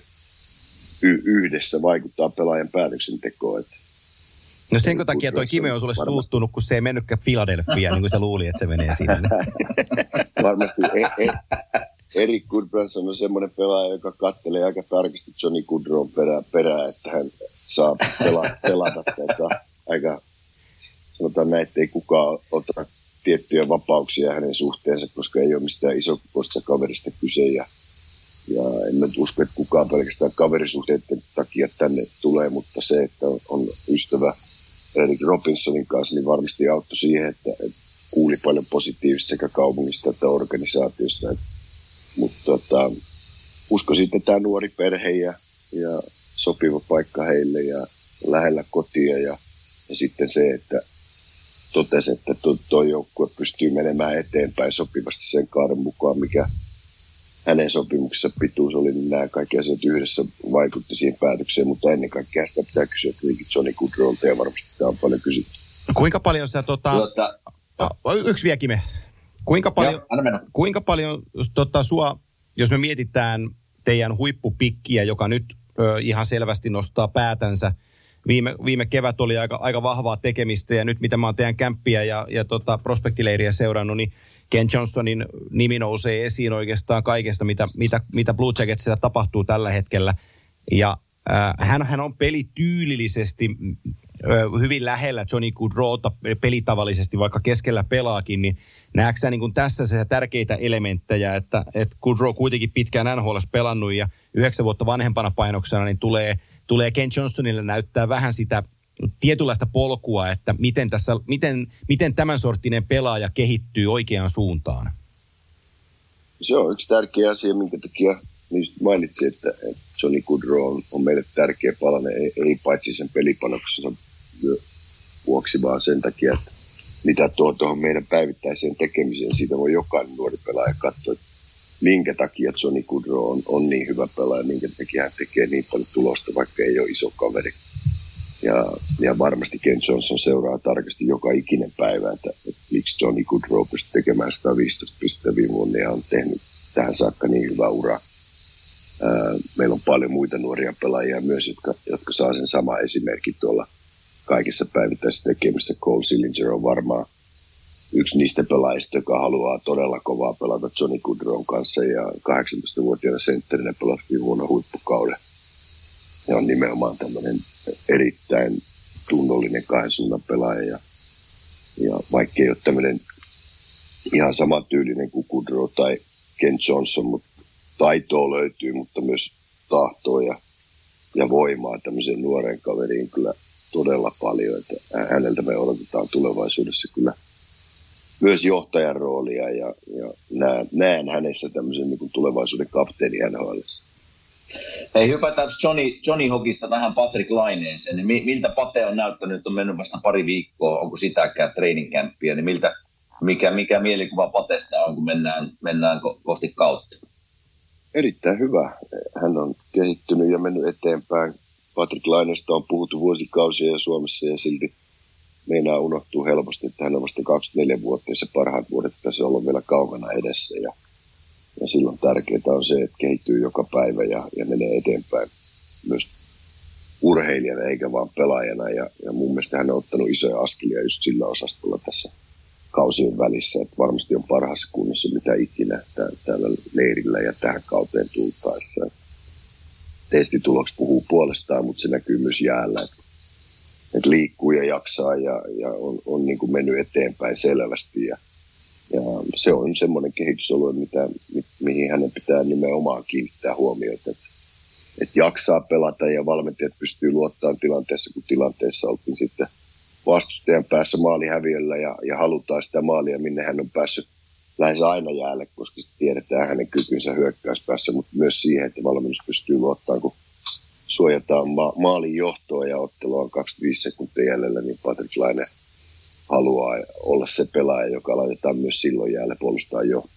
y- yhdessä vaikuttaa pelaajan päätöksentekoon. Että no senkö takia toi Kime on sulle varmasti suuttunut, kun se ei mennytkään Philadelphiaan, niin kuin se luuli, että se menee sinne. Varmasti ei. Erik Gudbranson on semmoinen pelaaja, joka katselee aika tarkasti Johnny Gaudreaun perään, perään, että hän saa pela, pelata tätä aika, sanotaan näin, että ei kukaan ota tiettyjä vapauksia hänen suhteensa, koska ei ole mistään isokokoista kaverista kyse. Ja, ja en nyt usko, että kukaan pelkästään kaverisuhteiden takia tänne tulee, mutta se, että on, on ystävä Erik Robinsonin kanssa, niin varmasti auttoi siihen, että, että kuuli paljon positiivista sekä kaupungista että organisaatiosta. Että mutta tota, uskoisin, että tämä nuori perhe ja, ja sopiva paikka heille ja lähellä kotia ja, ja sitten se, että totesi, että tuo, tuo joukkue pystyy menemään eteenpäin sopivasti sen kaaren mukaan, mikä hänen sopimuksessa pituus oli, niin nämä kaikki asiat yhdessä vaikutti siihen päätökseen, mutta ennen kaikkea sitä pitää kysyä Johnny Gaudreaulta ja varmasti sitä on paljon kysytty. Kuinka paljon sä tota... Tuota... Yksi vielä, Kime. Kuinka paljon, Joo, kuinka paljon tota, sua, jos me mietitään teidän huippupikkiä, joka nyt ö, ihan selvästi nostaa päätänsä. Viime, viime kevät oli aika, aika vahvaa tekemistä ja nyt mitä mä oon teidän kämppiä ja, ja tota, prospektileiriä seurannut, niin Ken Johnsonin nimi nousee esiin oikeastaan kaikesta, mitä, mitä, mitä Blue Jacketsillä tapahtuu tällä hetkellä. Ja äh, hän, hän on pelityylillisesti hyvin lähellä Johnny Gaudreauta pelitavallisesti, vaikka keskellä pelaakin, niin näetkö sä niin kuin tässä se tärkeitä elementtejä, että, että Gaudreau kuitenkin pitkään N H L:ssä pelannut ja yhdeksän vuotta vanhempana painoksena, niin tulee, tulee Ken Johnsonille näyttää vähän sitä tietynlaista polkua, että miten, tässä, miten, miten tämän sorttinen pelaaja kehittyy oikeaan suuntaan? Se on yksi tärkeä asia, minkä takia niin mainitsin, että, että Johnny Gaudreau on, on meille tärkeä palanen, ei, ei paitsi sen pelipanoksensa vuoksi, vaan sen takia, että mitä tuo tuohon meidän päivittäiseen tekemiseen, siitä voi jokainen nuori pelaaja katsoa, että minkä takia Johnny Gaudreau on, on niin hyvä pelaaja, minkä takia hän tekee niin paljon tulosta, vaikka ei ole iso kaveri. Ja, ja varmasti Ken Johnson seuraa tarkasti joka ikinen päivä, että, että miksi Johnny Gaudreau pystyi tekemään sata viisitoista pistettä viime vuonna ja on tehnyt tähän saakka niin hyvä ura. Ää, meillä on paljon muita nuoria pelaajia myös, jotka, jotka saa sen sama esimerkki tuolla kaikissa päivittäisissä tekemissä. Cole Sillinger on varmaan yksi niistä pelaajista, joka haluaa todella kovaa pelata Johnny Gaudreaun kanssa ja kahdeksantoistavuotiaana sentterinä pelasi viime vuonna huippukauden. Ja on nimenomaan tämmöinen erittäin tunnollinen kahden suunnan pelaaja. Ja, ja vaikka ei ole tämmöinen ihan samantyylinen kuin Gaudreau tai Ken Johnson, mutta taitoa löytyy, mutta myös tahtoa ja, ja voimaa tämmöiseen nuoren kaveriin kyllä todella paljon. Että häneltä me odotetaan tulevaisuudessa kyllä myös johtajan roolia ja, ja näen, näen hänessä tämmöisen niin kuin tulevaisuuden kapteeni N H L:ssä. Hei, hypätään Johnny, Johnny Hogista vähän Patrick Laineeseen. Niin miltä Pate on näyttänyt, on mennyt vasta pari viikkoa, onko sitäkään training campia, niin miltä, mikä, mikä mielikuva Patesta on, kun mennään, mennään ko- kohti kautta? Erittäin hyvä. Hän on kehittynyt ja mennyt eteenpäin. Patrick Laineesta on puhuttu vuosikausia ja Suomessa ja silti meinaa unohtuu helposti, että hän on vasta kaksikymmentäneljä-vuotias ja parhaat vuodet pitäisi olla vielä kaukana edessä. Ja, ja silloin tärkeää on se, että kehittyy joka päivä ja, ja menee eteenpäin myös urheilijana eikä vaan pelaajana. Ja, ja mun mielestä hän on ottanut isoja askelia just sillä osastolla tässä kausien välissä, että varmasti on parhaassa kunnossa mitä ikinä täällä leirillä ja tähän kauteen tultaessa. Testitulokset puhuu puolestaan, mutta se näkyy myös jäällä, että, että liikkuu ja jaksaa ja, ja on, on niin kuin mennyt eteenpäin selvästi. Ja, ja se on semmoinen kehitysalue, mitä, mi, mihin hänen pitää nimenomaan kiinnittää huomiota, että, että jaksaa pelata ja valmentajat pystyy luottamaan tilanteessa, kun tilanteessa oltiin sitten vastustajan päässä maalihäviöllä ja, ja halutaan sitä maalia, minne hän on päässyt lähes aina jäälle, koska tiedetään hänen kykynsä hyökkäyspäässä, mutta myös siihen, että valmennus pystyy luottamaan, kun suojataan ma- maalin johtoa ja ottelua on kaksikymmentäviisi sekuntia jäljellä, niin Patrick Laine haluaa olla se pelaaja, joka laitetaan myös silloin jäälle puolustaa johtoa.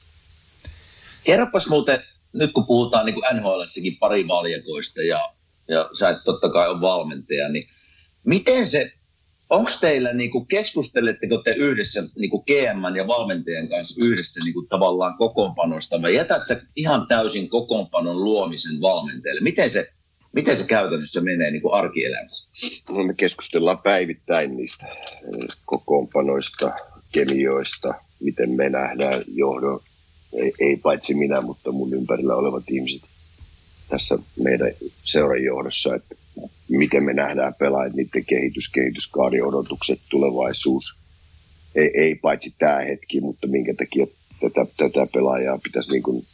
Kerropas muuten, nyt kun puhutaan niin kuin N H L:ssäkin pari valjakoista ja, ja sä et totta kai ole valmentaja, niin miten se onko teillä, niin kuin, keskusteletteko te yhdessä niin kuin G M ja valmentajan kanssa yhdessä niin kuin, tavallaan kokoonpanosta vai jätät sä ihan täysin kokoonpanon luomisen valmentajalle? Miten se, miten se käytännössä menee niin kuin arkielämässä? No, me keskustellaan päivittäin niistä kokoonpanoista, kemioista, miten me nähdään johdon, ei, ei paitsi minä, mutta mun ympärillä olevat ihmiset tässä meidän seuran johdossa, että miten me nähdään pelaajat, niiden kehitys, kehityskaari, odotukset, tulevaisuus. Ei, ei paitsi tämä hetki, mutta minkä takia tätä, tätä pelaajaa pitäisi niin kuin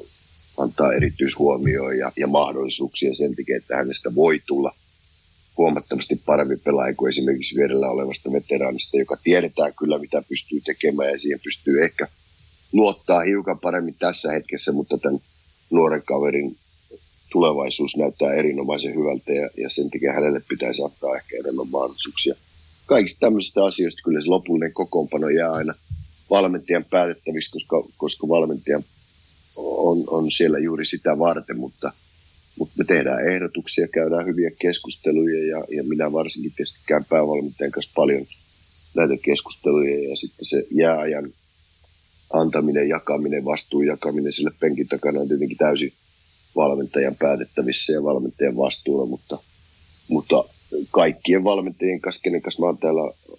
antaa erityishuomioon ja, ja mahdollisuuksia sen takia, että hänestä voi tulla huomattavasti parempi pelaaja kuin esimerkiksi vierellä olevasta veteraanista, joka tiedetään kyllä, mitä pystyy tekemään ja siihen pystyy ehkä luottaa hiukan paremmin tässä hetkessä, mutta tämän nuoren kaverin tulevaisuus näyttää erinomaisen hyvältä ja, ja sen takia hänelle pitäisi antaa ehkä enemmän mahdollisuuksia. Kaikista tämmöisistä asioista kyllä se lopullinen kokoonpano jää aina valmentajan päätettävissä, koska, koska valmentaja on, on siellä juuri sitä varten, mutta, mutta me tehdään ehdotuksia, käydään hyviä keskusteluja ja, ja minä varsinkin tietysti käyn päävalmentajan kanssa paljon näitä keskusteluja ja sitten se jääajan antaminen, jakaminen, vastuun jakaminen sille penkin takana on tietenkin täysin valmentajan päätettävissä ja valmentajan vastuulla, mutta, mutta kaikkien valmentajien kanssa, kenen kanssa mä oon täällä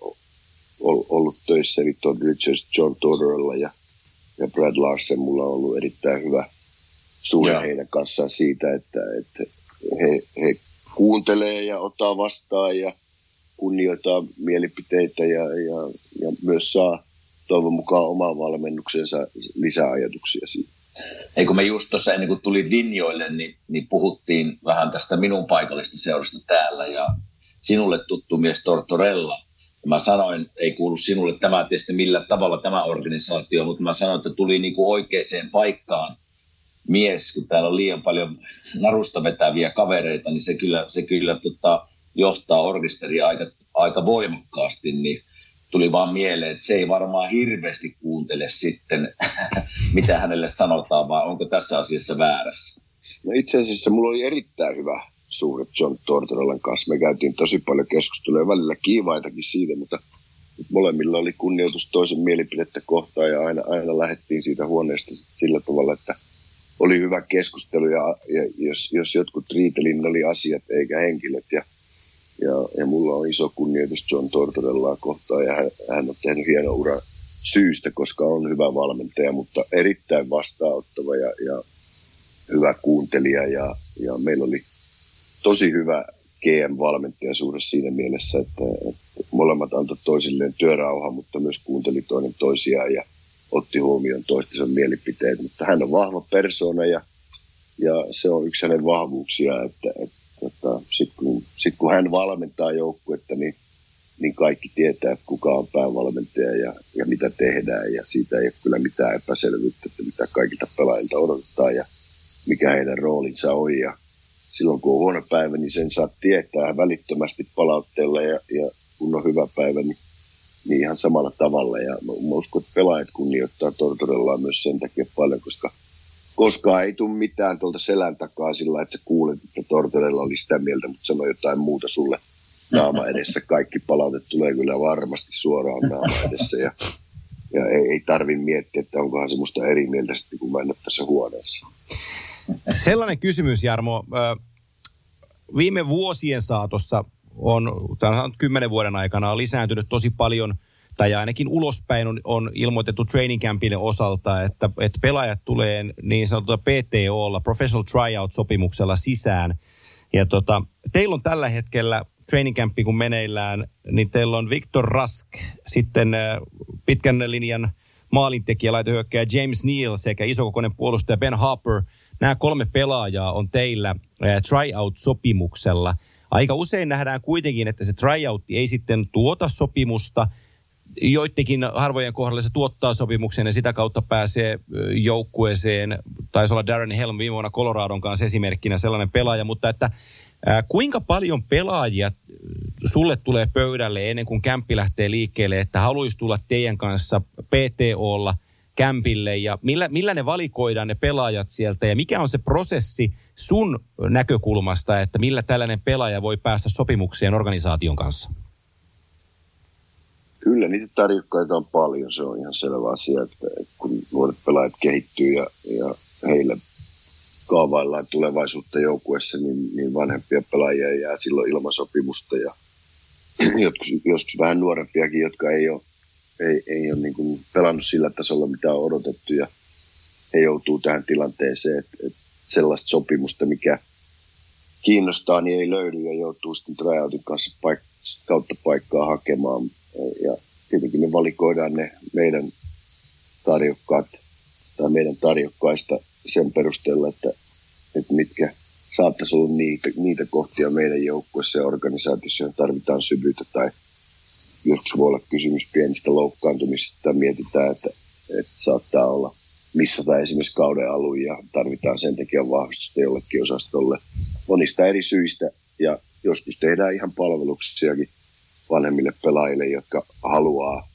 ollut töissä, eli Todd Richards, John Tortorella ja, ja Brad Larsen, mulla on ollut erittäin hyvä suhde yeah. heidän kanssaan siitä, että, että he, he kuuntelee ja ottaa vastaan ja kunnioittaa mielipiteitä ja, ja, ja myös saa toivon mukaan omaan valmennuksensa lisäajatuksia siitä. Ei kun me just tuossa ennen kuin tuli linjoille, niin, niin puhuttiin vähän tästä minun paikallista seurasta täällä ja sinulle tuttu mies Tortorella. Ja mä sanoin, ei kuulu sinulle tämä tietysti millä tavalla tämä organisaatio, mutta mä sanoin, että tuli niin kuin oikeaan paikkaan mies, kun täällä on liian paljon narusta vetäviä kavereita, niin se kyllä, se kyllä tota, johtaa orkesteria aika, aika voimakkaasti, niin tuli vaan mieleen, että se ei varmaan hirveästi kuuntele sitten, mitä hänelle sanotaan, vai onko tässä asiassa väärässä? No itse asiassa mulla oli erittäin hyvä suhde John Tortorellan kanssa. Me käytiin tosi paljon keskustelua ja välillä kiivaitakin siitä, mutta molemmilla oli kunnioitus toisen mielipidettä kohtaan ja aina, aina lähdettiin siitä huoneesta sillä tavalla, että oli hyvä keskustelu ja, ja jos, jos jotkut riiteli, niin oli asiat eikä henkilöt. Ja, ja, ja mulla on iso kunnioitus John Tortorellaa kohtaan ja hän, hän on tehnyt hieno ura syystä, koska on hyvä valmentaja, mutta erittäin vastaanottava ja, ja hyvä kuuntelija ja, ja meillä oli tosi hyvä G M-valmentajasuhde siinä mielessä, että, että molemmat antoi toisilleen työrauhaa, mutta myös kuunteli toinen toisiaan ja otti huomioon toistensa mielipiteet. Mutta hän on vahva persoona ja, ja se on yksi hänen vahvuuksia, että, että, että sitten kun, sit kun hän valmentaa joukkuetta, niin, niin kaikki tietää, että kuka on päävalmentaja ja, ja mitä tehdään ja siitä ei ole kyllä mitään epäselvyyttä, että mitä kaikilta pelaajilta odotetaan ja mikä heidän roolinsa on ja silloin kun on huono päivä, niin sen saa tietää välittömästi palautteella ja, ja kun on hyvä päivä, niin, niin ihan samalla tavalla. Ja mä, mä uskon, että pelaajat kunnioittaa Tortorellaa myös sen takia paljon, koska koskaan ei tule mitään tuolta selän takaa sillä, että sä kuulet, että Tortorella oli sitä mieltä, mutta sanoi jotain muuta sulle naama edessä. Kaikki palautet tulee kyllä varmasti suoraan naama edessä ja, ja ei, ei tarvitse miettiä, että onkohan se musta eri mieltä sitten, kun mä en ole tässä huoneessa. Sellainen kysymys, Jarmo. Viime vuosien saatossa on, tämän kymmenen vuoden aikana on lisääntynyt tosi paljon, tai ainakin ulospäin on, on ilmoitettu training campin osalta, että, että pelaajat tulee niin sanotulla P T O:lla, Professional Tryout-sopimuksella sisään. Ja tota, teillä on tällä hetkellä training campi, kun meneillään, niin teillä on Victor Rask, sitten pitkän linjan maalintekijä, laitohyökkääjä James Neal sekä isokokoinen puolustaja Ben Harper. Nämä kolme pelaajaa on teillä tryout-sopimuksella. Aika usein nähdään kuitenkin, että se tryout ei sitten tuota sopimusta. Joittekin harvojen kohdalla se tuottaa sopimuksen ja sitä kautta pääsee joukkueeseen. Taisi olla Darren Helm viime vuonna Coloradon kanssa esimerkkinä sellainen pelaaja, mutta että ää, kuinka paljon pelaajia sulle tulee pöydälle ennen kuin kämppi lähtee liikkeelle, että haluaisi tulla teidän kanssa P T O:lla kämpille ja millä, millä ne valikoidaan ne pelaajat sieltä ja mikä on se prosessi sun näkökulmasta, että millä tällainen pelaaja voi päästä sopimukseen organisaation kanssa? Kyllä niitä tarjokkaita on paljon, se on ihan selvä asia, että, että kun nuoret pelaajat kehittyy ja, ja heille kaavaillaan tulevaisuutta joukkueessa, niin, niin vanhempia pelaajia jää silloin ilman sopimusta ja joskus, joskus vähän nuorempiakin, jotka ei ole ei, ei ole niin kuin pelannut sillä tasolla, mitä on odotettu ja he joutuu tähän tilanteeseen, että, että sellaista sopimusta, mikä kiinnostaa, niin ei löydy ja joutuu sitten tryoutin kanssa paik- kautta paikkaa hakemaan. Ja tietenkin me valikoidaan ne meidän tarjokkaat tai meidän tarjokkaista sen perusteella, että, että mitkä saattaisi olla niitä, niitä kohtia meidän joukkueessa ja organisaatiossa, johon tarvitaan syvyyttä tai joskus voi olla kysymys pienistä loukkaantumisista tai mietitään, että, että saattaa olla missata esimerkiksi kauden alun ja tarvitaan sen takia vahvistusta jollekin osastolle monista eri syistä ja joskus tehdään ihan palveluksiakin vanhemmille pelaajille, jotka haluaa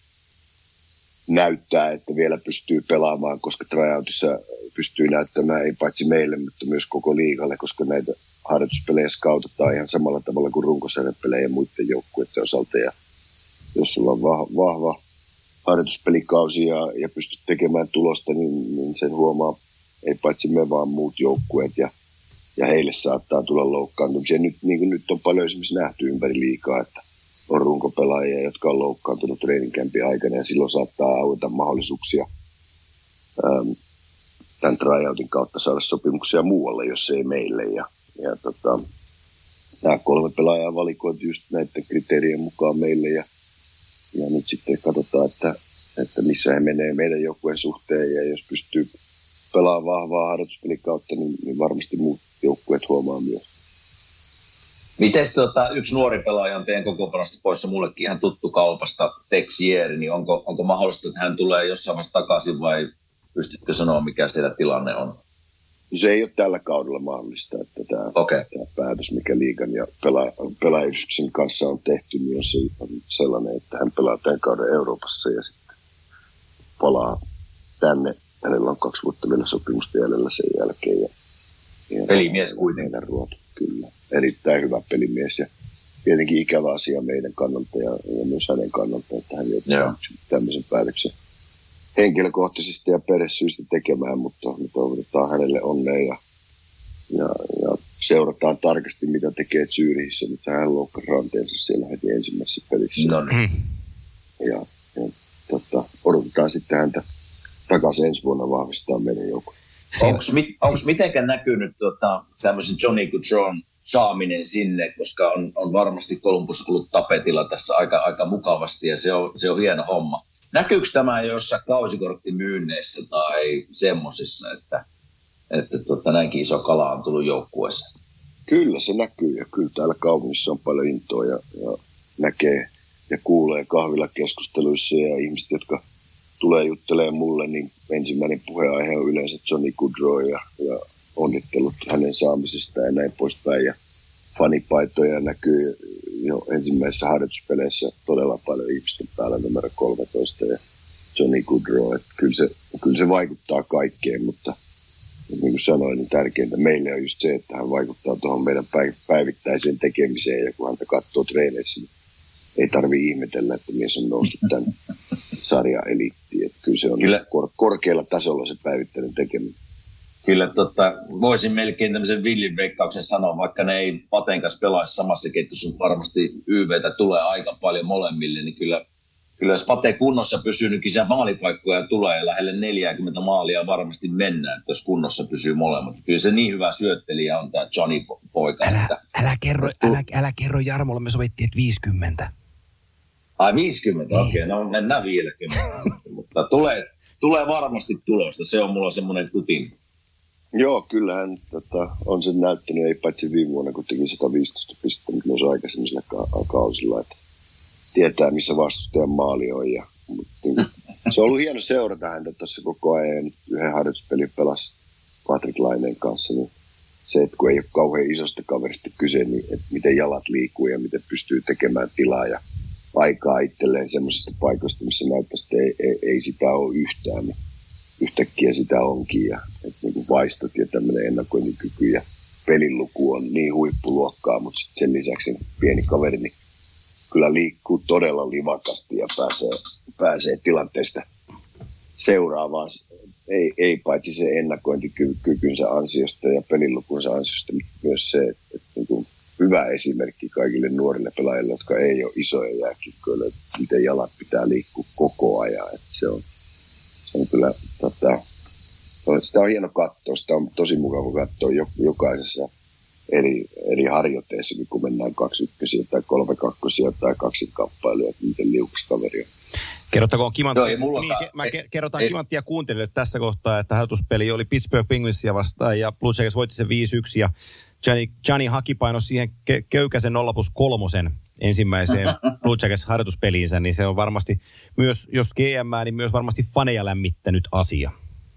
näyttää, että vielä pystyy pelaamaan, koska tryoutissa pystyy näyttämään ei paitsi meille, mutta myös koko liigalle, koska näitä harjoituspelejä skautetaan ihan samalla tavalla kuin runkosarjapelejä ja muiden joukkueiden osalta. Ja jos sulla on vahva, vahva harjoituspelikausi ja, ja pystyt tekemään tulosta, niin, niin sen huomaa ei paitsi me, vaan muut joukkueet ja, ja heille saattaa tulla loukkaantumisia. Nyt, niin kuin nyt on paljon esimerkiksi nähty ympäri liigaa, että on runkopelaajia, jotka on loukkaantunut training campin aikana ja silloin saattaa aueta mahdollisuuksia äm, tämän tryoutin kautta saada sopimuksia muualle, jos ei meille. Ja, ja tota, nämä kolme pelaajaa valikoitu just näiden kriteerien mukaan meille ja, ja nyt sitten katsotaan, että, että missä he menee meidän joukkueen suhteen ja jos pystyy pelaamaan vahvaa harjoituspelin kautta, niin, niin varmasti muut joukkueet huomaa myös. Miten tota, yksi nuori pelaaja on teidän kokoonpanosta poissa, mullekin ihan tuttu kaupasta, Texier, niin onko, onko mahdollista, että hän tulee jossain vaiheessa takaisin vai pystytkö sanoa, mikä siellä tilanne on? Se ei ole tällä kaudella mahdollista, että tämä, okay. tämä päätös, mikä liigan ja pela- pelaajayhdistyksen kanssa on tehty, niin on, se, on sellainen, että hän pelaa tämän kauden Euroopassa ja sitten palaa tänne. Hänellä on kaksi vuotta vielä sopimusta jäljellä sen jälkeen. Ja, ja pelimies kuitenkin. Ruotu. kyllä. Erittäin hyvä pelimies ja tietenkin ikävä asia meidän kannalta ja, ja myös hänen kannalta, että hän joutuu tämmöisen päätöksen henkilökohtaisesti ja perhesyistä tekemään, mutta me toivotetaan hänelle onnea ja, ja, ja seurataan tarkasti, mitä tekee Zürichissä, mutta hän loukkasi ranteensa siellä heti ensimmäisessä pelissä. No niin. Ja, ja tota, odotetaan sitten häntä takaisin ensi vuonna vahvistaa meidän joukkoa. Onko mit, mitenkään näkynyt tota, tämmöisen Johnny Gaudreaun saaminen sinne, koska on, on varmasti Columbus ollut tapetilla tässä aika, aika mukavasti ja se on, se on hieno homma. Näkyykö tämä jossain kausikorttimyynneissä tai semmosissa, että, että tota, näinkin iso kala on tullut joukkueeseen? Kyllä se näkyy ja kyllä täällä kaupungissa on paljon intoa ja, ja näkee ja kuulee kahvilakeskusteluissa ja ihmiset, jotka tulee juttelemaan mulle, niin ensimmäinen puheenaihe on yleensä Johnny Gaudreau ja, ja onnittelut hänen saamisesta ja näin poispäin. Ja fanipaitoja näkyy jo ensimmäisissä harjoituspeleissä todella paljon ihmisten päällä numero kolmetoista ja Johnny Gaudreau. Että kyllä, se, kyllä se vaikuttaa kaikkeen, mutta niin kuin sanoin, niin tärkeintä meille on just se, että hän vaikuttaa tuohon meidän päivittäiseen tekemiseen ja kun häntä katsoo treeneissä, niin ei tarvitse ihmetellä, että mies on noussut tämän sarjan eliittiin. Että kyllä se on kyllä kor- korkealla tasolla se päivittäinen tekeminen. Kyllä tota, voisin melkein tämmöisen villin veikkauksen sanoa, vaikka ne ei Paten kanssa pelaisi samassa ketjussa, mutta varmasti Y V:tä tulee aika paljon molemmille, niin kyllä, kyllä jos Pate kunnossa pysyy, niin siellä maalipaikkoja tulee ja lähelle neljäkymmentä maalia varmasti mennään, jos kunnossa pysyy molemmat. Kyllä se niin hyvä syöttelijä on tämä Johnny poika. Älä, että, älä, kerro, älä, älä kerro Jarmolle, me sovittiin, että viisikymmentä. Ai viisikymmentä, niin. Okei, okay, no mennään viisikymmentä, mutta tulee, tulee varmasti tulosta, se on mulla semmoinen kutin. Joo, kyllähän tota, on sen näyttänyt, ei paitsi viime vuonna, kun teki sata viisitoista pistettä, mutta myös aikaisemmilla ka- kausilla, että tietää, missä vastustajan maali on. Ja, mutta, niin, se on ollut hieno seurata häntä tuossa koko ajan, nyt yhden harjoituspelin pelasi Patrick Laineen kanssa, niin se, että kun ei ole kauhean isosta kaverista kyse, niin että miten jalat liikkuu ja miten pystyy tekemään tilaa ja aikaa itselleen semmoisista paikoista, missä näyttäisi, että ei, ei, ei sitä ole yhtään, niin yhtäkkiä sitä onkin ja että niin kuin vaistot ja tämmöinen ennakointikyky ja pelinluku on niin huippuluokkaa, mutta sitten sen lisäksi pieni kaveri niin kyllä liikkuu todella livakasti ja pääsee, pääsee tilanteesta seuraavaan. Ei, ei paitsi se ennakointikykynsä ansiosta ja pelinlukunsa ansiosta, mutta myös se, että, että niin kuin hyvä esimerkki kaikille nuorille pelaajille, jotka ei ole isoja jääkiekkoille, että miten jalat pitää liikkua koko ajan. Että se on Se on kyllä, tota, sitä on hieno katsoa, sitä on tosi mukava katsoa jokaisessa eri, eri harjoitteessa, kun mennään kaksi ykkösiä tai kolme kakkosia tai kaksi kamppailuja, että miten liukas kaveri on. Kerrottakoon kimanttia, no, niin, ke, mä ke, kerrotaan ei. kimanttia kuuntelijoille tässä kohtaa, että harjoituspeli oli Pittsburgh Penguinsia vastaan ja Blue Jackets voitti sen viisi yksi ja Gianni, Gianni haki paino siihen ke, köykäisen nolla plus kolmosen ensimmäiseen Blue Jackets harjoituspeliinsä, niin se on varmasti myös, jos G M, niin myös varmasti faneja lämmittänyt asia.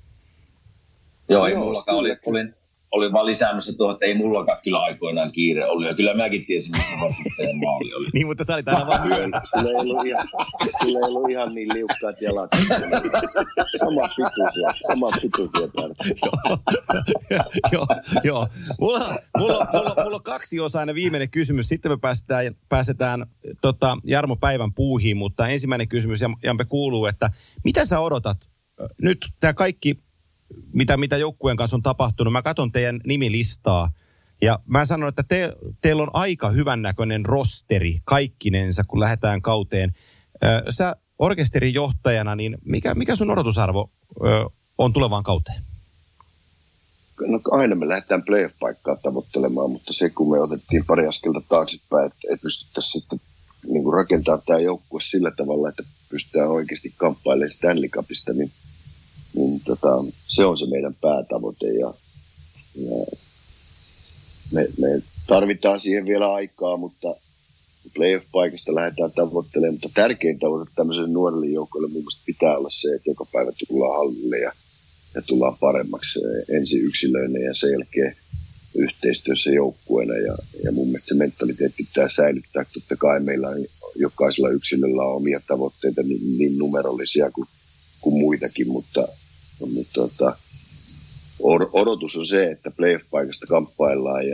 Joo, ei mullakaan. Oli, olin, olin vaan lisäämässä tuohon, että ei mullakaan kyllä aikoinaan kiire ollut. Ja kyllä mäkin tiesin, missä vastustajan maali oli. Niin, mutta sä olit aina vaan myöhässä. Sillä ei ollut ihan, sillä ei ollut ihan niin liukkaat jalat. Sama pituisia, sama pituisia täällä. Joo, joo. Mulla, mulla, mulla, mulla on kaksiosainen viimeinen kysymys. Sitten me päästään, pääsetään tota, Jarmo päivän puuhiin, mutta ensimmäinen kysymys, Jampe, kuuluu, että mitä sä odotat? Nyt tämä kaikki, mitä, mitä joukkueen kanssa on tapahtunut, mä katson teidän nimilistaa ja mä sanon, että te, teillä on aika hyvännäköinen rosteri kaikkinensa, kun lähdetään kauteen. Sä orkesterin johtajana, niin mikä, mikä sun odotusarvo ö, on tulevaan kauteen? No aina me lähdetään playoff-paikkaa tavoittelemaan, mutta se kun me otettiin pari askelta taaksepäin, että ei pystyttäisiin sitten niin kuin rakentamaan tämä joukkue sillä tavalla, että pystytään oikeasti kamppailemaan Stanley Cupista, niin, niin tota, se on se meidän päätavoite ja, ja me, me tarvitaan siihen vielä aikaa, mutta playoff-paikasta lähdetään tavoittelemaan, mutta tärkein tavoite tämmöiselle nuorelle joukolle mun mielestä pitää olla se, että joka päivä tullaan hallille ja, ja tullaan paremmaksi ensin yksilöinä ja sen jälkeen yhteistyössä joukkueena ja, ja mun mielestä se mentaliteetti pitää säilyttää. Totta kai meillä on jokaisella yksilöllä on omia tavoitteita niin, niin numerollisia kuin, kuin muitakin, mutta, mutta tota, odotus on se, että playoff-paikasta kamppaillaan ja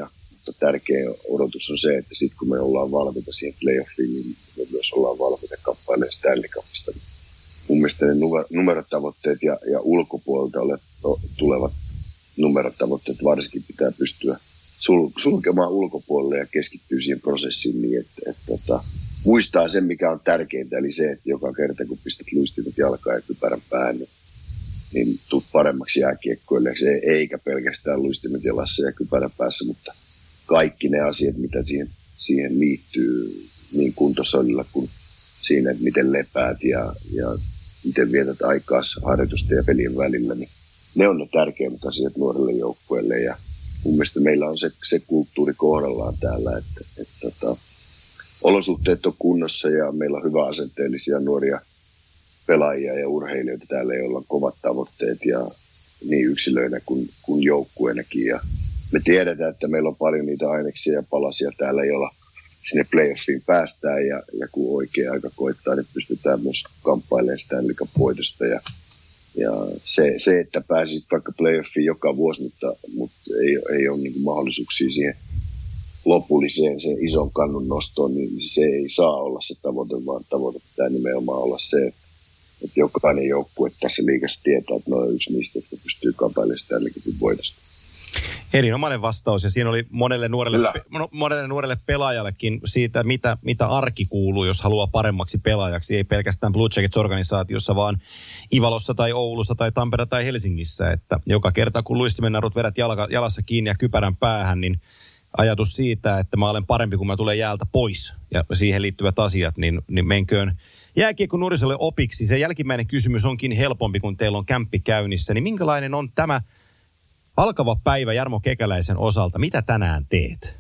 mutta tärkeä odotus on se, että sitten kun me ollaan valmiita siihen playoffiin, niin me myös ollaan valmiita kamppailemaan Stanley Cupista. Mun mielestä ne numerotavoitteet ja, ja ulkopuolelta olet, tulevat numerotavoitteet varsinkin pitää pystyä sul, sulkemaan ulkopuolelle ja keskittyä siihen prosessiin niin, että, että, että muistaa sen, mikä on tärkeintä, eli se, että joka kerta kun pistät luistimet jalkaan ja kypärän päähän, niin, niin tuut paremmaksi jääkiekkoille, eikä pelkästään luistimet jalassa ja kypärän päässä, mutta kaikki ne asiat, mitä siihen, siihen liittyy niin kuntosalilla kuin siinä, että miten lepäät ja, ja miten vietät aikaa harjoitusten ja pelien välillä, niin ne on ne tärkeimmät asiat nuorille joukkueille. Ja mun mielestä meillä on se, se kulttuuri kohdallaan täällä, että, että, että olosuhteet on kunnossa ja meillä on hyvä asenteellisia nuoria pelaajia ja urheilijoita täällä, joilla on kovat tavoitteet ja niin yksilöinä kuin, kuin joukkueenakin. Ja me tiedetään, että meillä on paljon niitä aineksia ja palasia täällä, joilla sinne playoffiin päästään ja, ja kun oikea aika koittaa, niin pystytään myös kamppailemaan Stanley Cup-voitosta. Ja, ja se, se, että pääsit vaikka playoffiin joka vuosi, mutta, mutta ei, ei ole niin kuin mahdollisuuksia siihen lopulliseen, sen ison kannun nostoon, niin se ei saa olla se tavoite, vaan tavoite pitää nimenomaan olla se, että, että jokainen joukkue tässä liigassa tietää, että ne on yksi niistä, jotka pystyy kamppailemaan Stanley Cupin voitosta. Erinomainen vastaus, ja siinä oli monelle nuorelle, monelle nuorelle pelaajallekin siitä, mitä, mitä arki kuuluu, jos haluaa paremmaksi pelaajaksi. Ei pelkästään Blue Jackets-organisaatiossa, vaan Ivalossa tai Oulussa tai Tampereella tai Helsingissä. Että joka kerta, kun luistimennarut vedät jalka, jalassa kiinni ja kypärän päähän, niin ajatus siitä, että mä olen parempi, kun mä tulen jäältä pois ja siihen liittyvät asiat, niin, niin menköön jääkiekko nuorisolle opiksi. Se jälkimmäinen kysymys onkin helpompi, kun teillä on kämppi käynnissä. Niin minkälainen on tämä alkava päivä Jarmo Kekäläisen osalta? Mitä tänään teet?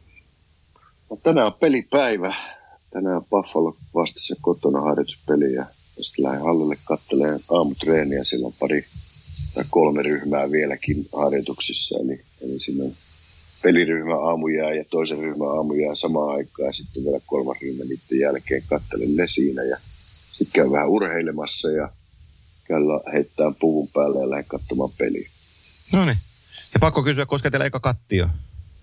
No, tänään on pelipäivä. Tänään on Buffalo vastassa kotona harjoituspeli ja sitten lähden hallille katselemaan aamutreeniä. Siellä on pari tai kolme ryhmää vieläkin harjoituksissa. Eli, eli siinä on peliryhmä aamujää ja toisen ryhmän aamujää samaan aikaan. Ja sitten vielä kolmas ryhmä niiden jälkeen katselen ne siinä. Ja sitten käyn vähän urheilemassa ja käyn heittää puvun päälle ja lähden katsomaan peliä. No niin. Ja pakko kysyä, koska teillä eka katti on?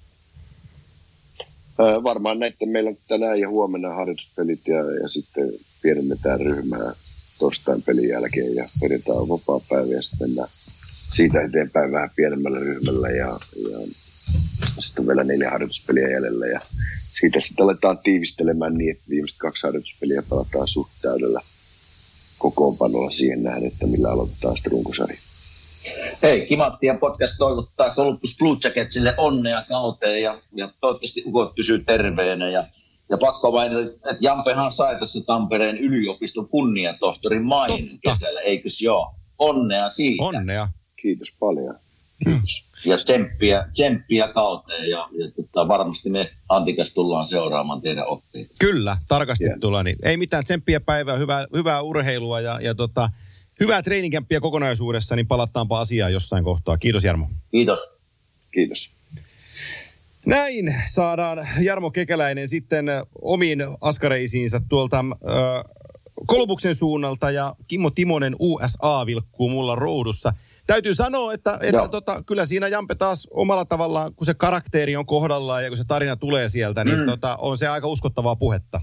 Öö, varmaan näiden meillä on tänään ja huomenna harjoituspelit ja, ja sitten pienennetään ryhmää torstain pelin jälkeen ja perjantai on vapaa päivä ja sitten mennään siitä eteenpäin vähän pienemmällä ryhmällä ja, ja sitten on vielä neljä harjoituspeliä jäljellä ja siitä sitten aletaan tiivistelemään niin, että viimeiset kaksi harjoituspeliä pelataan suht täydellä kokoonpanolla siihen nähden, että millä aloitetaan sitten runkosarja. Hei, Kimatti ja podcast toivottaa Columbus Blue Jacketsille onnea kauteen ja, ja toivottavasti ukot pysyy terveenä. Ja, ja pakko vain, että Jampehan sai tuossa Tampereen yliopiston kunniatohtorin maineen kesällä, eikös joo? Onnea siitä. Onnea. Kiitos paljon. Kiitos. Ja tsemppiä, tsemppiä kauteen ja, ja tota, varmasti me Antikas tullaan seuraamaan teidän otteita. Kyllä, tarkasti yeah. tullaan. Niin. Ei mitään tsemppiä päivää, hyvää, hyvää urheilua ja, ja tota, hyvää treeninkämppiä kokonaisuudessa, niin palataanpa asiaan jossain kohtaa. Kiitos Jarmo. Kiitos. Kiitos. Näin saadaan Jarmo Kekäläinen sitten omiin askareisiinsa tuolta äh, Kolubuksen suunnalta ja Kimmo Timonen U S A vilkkuu mulla roudussa. Täytyy sanoa, että, että tota, kyllä siinä Jampe taas omalla tavallaan, kun se karakteri on kohdallaan ja kun se tarina tulee sieltä, niin mm. tota, on se aika uskottavaa puhetta.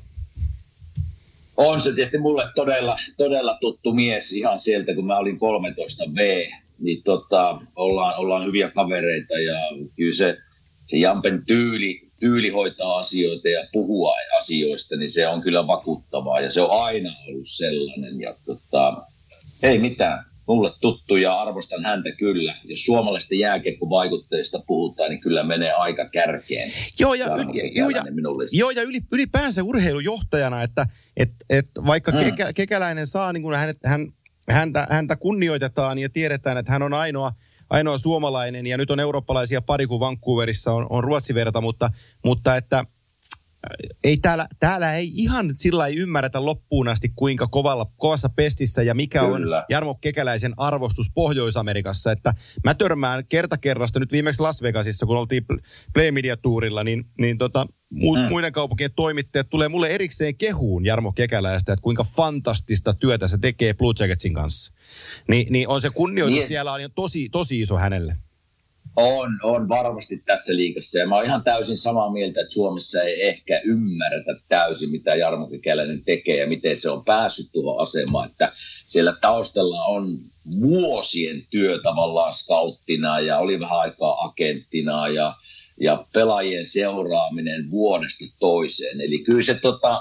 On se tietysti mulle todella, todella tuttu mies ihan sieltä, kun mä olin kolmetoista vuotta. Niin tota, ollaan, ollaan hyviä kavereita ja kyllä se, se Jampen tyyli, tyyli hoitaa asioita ja puhua asioista, niin se on kyllä vakuuttavaa ja se on aina ollut sellainen. Ja tota, ei mitään, mulle tuttu ja arvostan häntä kyllä. Jos suomalaisten jääkiekkovaikutteista puhutaan, niin kyllä menee aika kärkeen. Joo, ja, yli, joo, ja, joo, ja ylipäänsä urheilujohtajana, että et, et vaikka mm. kekä, Kekäläinen saa, niin kuin hänet, hän, häntä, häntä kunnioitetaan ja tiedetään, että hän on ainoa, ainoa suomalainen, ja nyt on eurooppalaisia pari, kun Vancouverissa on, on ruotsiverta, mutta, mutta että ei täällä, täällä ei ihan sillä ei ymmärretä loppuun asti, kuinka kovalla, kovassa pestissä ja mikä Kyllä. on Jarmo Kekäläisen arvostus Pohjois-Amerikassa. Että mä törmään kerta kerrasta nyt viimeksi Las Vegasissa, kun oltiin Play Media-tuurilla, niin, niin tota, mu- mm. muiden kaupunkien toimittajat tulee mulle erikseen kehuun Jarmo Kekäläistä, että kuinka fantastista työtä se tekee Blue Jacketsin kanssa. Ni, niin on se kunnioitus yes. siellä on tosi, tosi iso hänelle. On, on varmasti tässä liigassa. Ja mä oon ihan täysin samaa mieltä, että Suomessa ei ehkä ymmärretä täysin, mitä Jarmo Kekäläinen tekee ja miten se on päässyt tuohon asemaan. Että siellä taustalla on vuosien työ tavallaan skauttina ja oli vähän aikaa agenttina ja, ja pelaajien seuraaminen vuodesta toiseen. Eli kyllä se tota,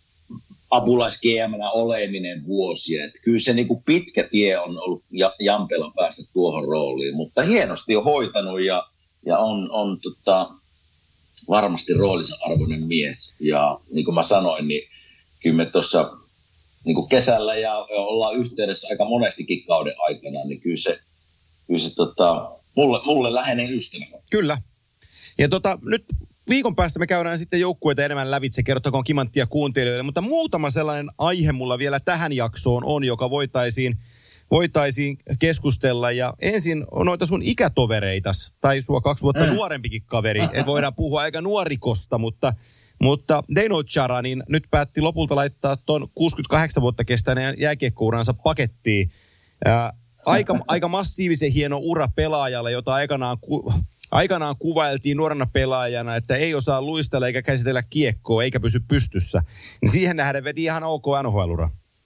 apulais G M:nä oleminen vuosia. Että kyllä se niin kuin pitkä tie on ollut Jampella päästä tuohon rooliin, mutta hienosti on hoitanut ja, ja on, on tota, varmasti roolinsa arvoinen mies. Ja niin kuin mä sanoin, niin kyllä me tuossa niin kuin kesällä ja ollaan yhteydessä aika monestikin kauden aikana, niin kyllä se, kyllä se tota, mulle, mulle läheinen ystävä. Kyllä. Ja tota, nyt viikon päästä me käydään sitten joukkueita enemmän lävitse, kertokoon kimanttia kuuntelijoille, mutta muutama sellainen aihe mulla vielä tähän jaksoon on, joka voitaisiin, voitaisiin keskustella. Ja ensin on noita sun ikätovereitas, tai sua kaksi vuotta mm. nuorempikin kaveri, et voidaan puhua aika nuorikosta, mutta, mutta Zdeno Chara niin nyt päätti lopulta laittaa tuon kuusikymmentäkahdeksan vuotta kestäneen jääkiekkouransa pakettiin. Ää, aika, aika massiivisen hieno ura pelaajalle, jota aikanaan... Ku, Aikanaan kuvailtiin nuorena pelaajana, että ei osaa luistella eikä käsitellä kiekkoa eikä pysy pystyssä. Niin siihen nähden veti ihan ok N H L-ura.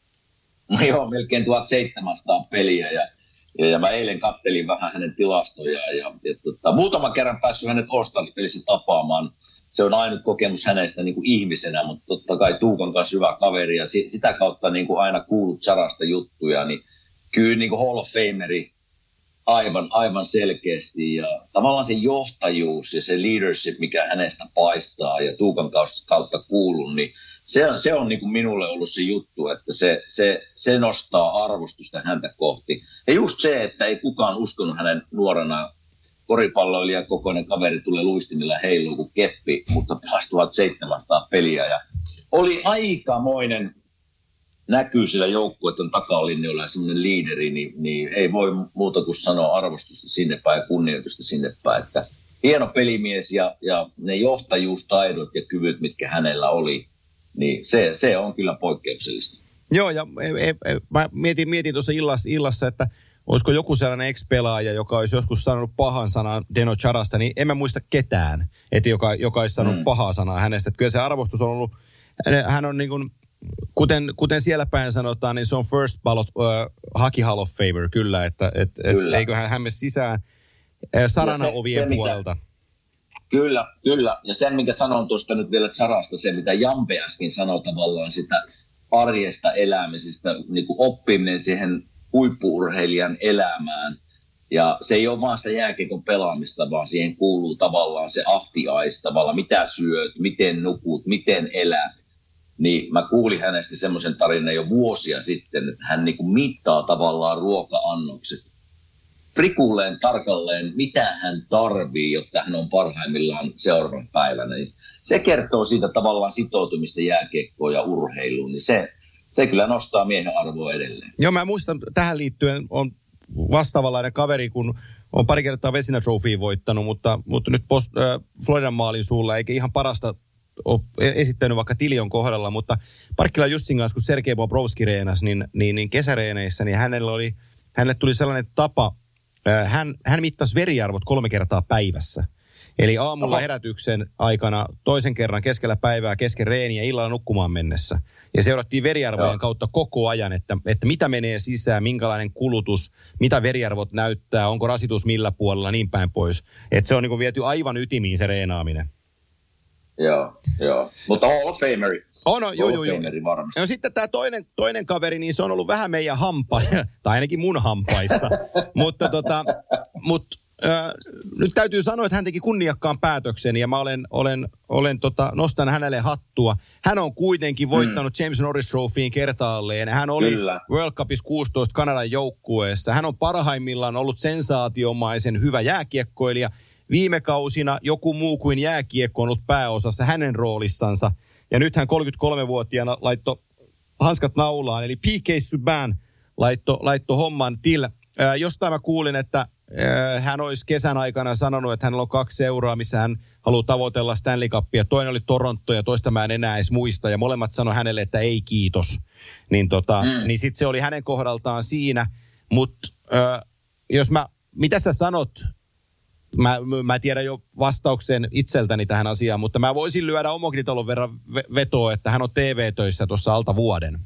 No joo, melkein tuhatseitsemänsataa peliä ja, ja, ja mä eilen kattelin vähän hänen tilastojaan. Ja, ja tota, muutaman kerran päässyt hänet All-Stars-pelissä tapaamaan. Se on ainut kokemus hänestä niin kuin ihmisenä, mutta totta kai Tuukan kanssa hyvä kaveri ja si, sitä kautta niin kuin aina kuullut Charasta juttuja. Niin kyllä niin kuin Hall of Fameri. Aivan, aivan selkeästi ja tavallaan se johtajuus ja se leadership, mikä hänestä paistaa ja Tuukan kautta kuuluu, niin se on, se on niin kuin minulle ollut se juttu, että se, se, se nostaa arvostusta häntä kohti. Ja just se, että ei kukaan uskonut hänen nuorena koripalloilijan kokoinen kaveri tulee luistimilla heiluu kuin keppi, mutta pelasi tuhatseitsemänsataa peliä ja oli aikamoinen näkyy sillä joukkueiden takalinjoilla ja semmoinen liideri, niin, niin ei voi muuta kuin sanoa arvostusta sinne päin ja kunnioitusta sinne päin. Että hieno pelimies ja, ja ne johtajuustaidot ja kyvyt, mitkä hänellä oli, niin se, se on kyllä poikkeuksellista. Joo, ja e, e, mä mietin, mietin tuossa illassa, illassa, että olisiko joku sellainen ex-pelaaja, joka olisi joskus sanonut pahan sanan Zdeno Charasta, niin en mä muista ketään, että joka, joka olisi sanonut mm. pahaa sanaa hänestä. Että kyllä se arvostus on ollut, hän on niin kuin... Kuten, kuten siellä päin sanotaan, niin se on first ballot uh, Hockey Hall of Famer, kyllä, että et, et, eiköhän hän mene sisään uh, Sarana-ovien puolelta. Mikä, kyllä, kyllä. Ja sen, minkä sanon tuosta nyt vielä Charasta, se mitä Jampe äsken sanoi tavallaan sitä arjesta elämisestä, niin kuin oppiminen siihen huippu-urheilijan elämään. Ja se ei ole vaan sitä jääkiekon pelaamista, vaan siihen kuuluu tavallaan se ahtiais, tavallaan mitä syöt, miten nukut, miten elät. Niin mä kuulin hänestä semmoisen tarinan jo vuosia sitten, että hän niinku mittaa tavallaan ruoka-annokset prikulleen tarkalleen, mitä hän tarvii, jotta hän on parhaimmillaan seuraavan päivänä. Niin se kertoo siitä tavallaan sitoutumista jääkiekkoon ja urheiluun, niin se, se kyllä nostaa miehen arvoa edelleen. Joo, mä muistan tähän liittyen on vastaavanlainen kaveri, kun on pari kertaa Vezina Trophyin voittanut, mutta, mutta nyt post, äh, Floridan maalin suulla, eikä ihan parasta ole esittänyt vaikka Tilion kohdalla, mutta Parkkilan Jussin kanssa, kun Sergei Bobrovski reenasi, niin, niin, niin kesäreeneissä, niin hänellä oli, hänelle tuli sellainen tapa, äh, hän, hän mittasi veriarvot kolme kertaa päivässä. Eli aamulla herätyksen aikana, toisen kerran keskellä päivää, kesken reeniä ja illalla nukkumaan mennessä. Ja seurattiin veriarvojen Joo. kautta koko ajan, että, että mitä menee sisään, minkälainen kulutus, mitä veriarvot näyttää, onko rasitus millä puolella, niin päin pois. Että se on niin kuin viety aivan ytimiin se reenaaminen. Joo, joo. Mutta Hall of Fameri. Oh, no, joo, joo, joo. No sitten tämä toinen, toinen kaveri, niin se on ollut vähän meidän hampa, tai ainakin mun hampaissa. mutta tota, mut, äh, nyt täytyy sanoa, että hän teki kunniakkaan päätöksen, ja mä olen, olen, olen tota, nostan hänelle hattua. Hän on kuitenkin voittanut mm. James Norris Trophyin kertaalleen. Hän oli Kyllä. World Cupissa kuusitoista Kanadan joukkueessa. Hän on parhaimmillaan ollut sensaatiomaisen hyvä jääkiekkoilija. Viime kausina joku muu kuin jääkiekko on ollut pääosassa hänen roolissansa. Ja nyt hän kolmekymmentäkolmevuotiaana laittoi hanskat naulaan. Eli P K Subban laittoi laitto homman til. Äh, jostain mä kuulin, että äh, hän olisi kesän aikana sanonut, että hänellä on kaksi seuraa, missä hän haluaa tavoitella Stanley Cupia. Toinen oli Toronto ja toista mä en enää edes muista. Ja molemmat sanoi hänelle, että ei kiitos. Niin, tota, mm. niin sitten se oli hänen kohdaltaan siinä. Mutta äh, jos mä, mitä sä sanot mä, mä tiedän jo vastauksen itseltäni tähän asiaan, mutta mä voisin lyödä Omognitalon verran vetoa, että hän on T V-töissä tuossa alta vuoden.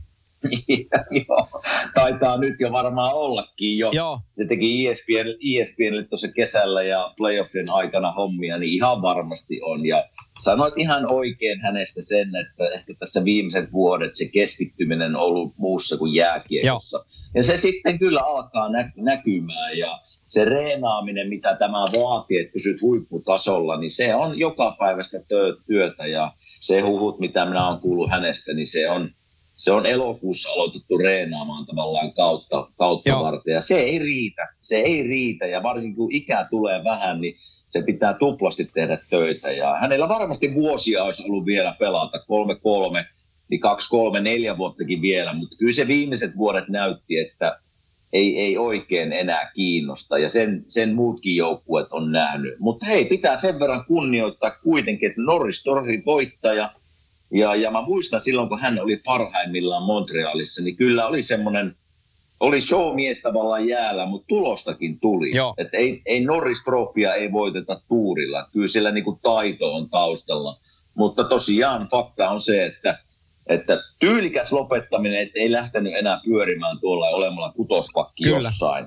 Joo, taitaa nyt jo varmaan ollakin jo. Joo. Se teki E S P N, E S P N:lle tuossa kesällä ja playoffien aikana hommia, niin ihan varmasti on. Ja sanoit ihan oikein hänestä sen, että ehkä tässä viimeiset vuodet se keskittyminen on ollut muussa kuin jääkiekossa. Joo. Ja se sitten kyllä alkaa nä- näkymään ja se reenaaminen, mitä tämä vaatii, että pysyt huipputasolla, niin se on joka päivästä työtä ja se huhut, mitä minä olen kuullut hänestä, niin se on Se on elokuussa aloitettu reenaamaan tavallaan kautta, kautta varten ja se ei riitä. Se ei riitä ja varsinkin kun ikä tulee vähän, niin se pitää tuplasti tehdä töitä. Ja hänellä varmasti vuosia olisi ollut vielä pelata, kolme kolme, niin kaksi kolme, neljä vuottakin vielä. Mutta kyllä se viimeiset vuodet näytti, että ei, ei oikein enää kiinnosta ja sen, sen muutkin joukkueet on nähnyt. Mutta hei, pitää sen verran kunnioittaa kuitenkin, että Norris Torri voittaja. Ja, ja mä muistan silloin, kun hän oli parhaimmillaan Montrealissa, niin kyllä oli semmoinen, oli showmies tavallaan jäällä, mutta tulostakin tuli. Että ei, ei Norris Trophya ei voiteta tuurilla. Kyllä siellä niinku taito on taustalla. Mutta tosiaan fakta on se, että, että tyylikäs lopettaminen, että ei lähtenyt enää pyörimään tuolla olemalla kutospakki kyllä. Jossain.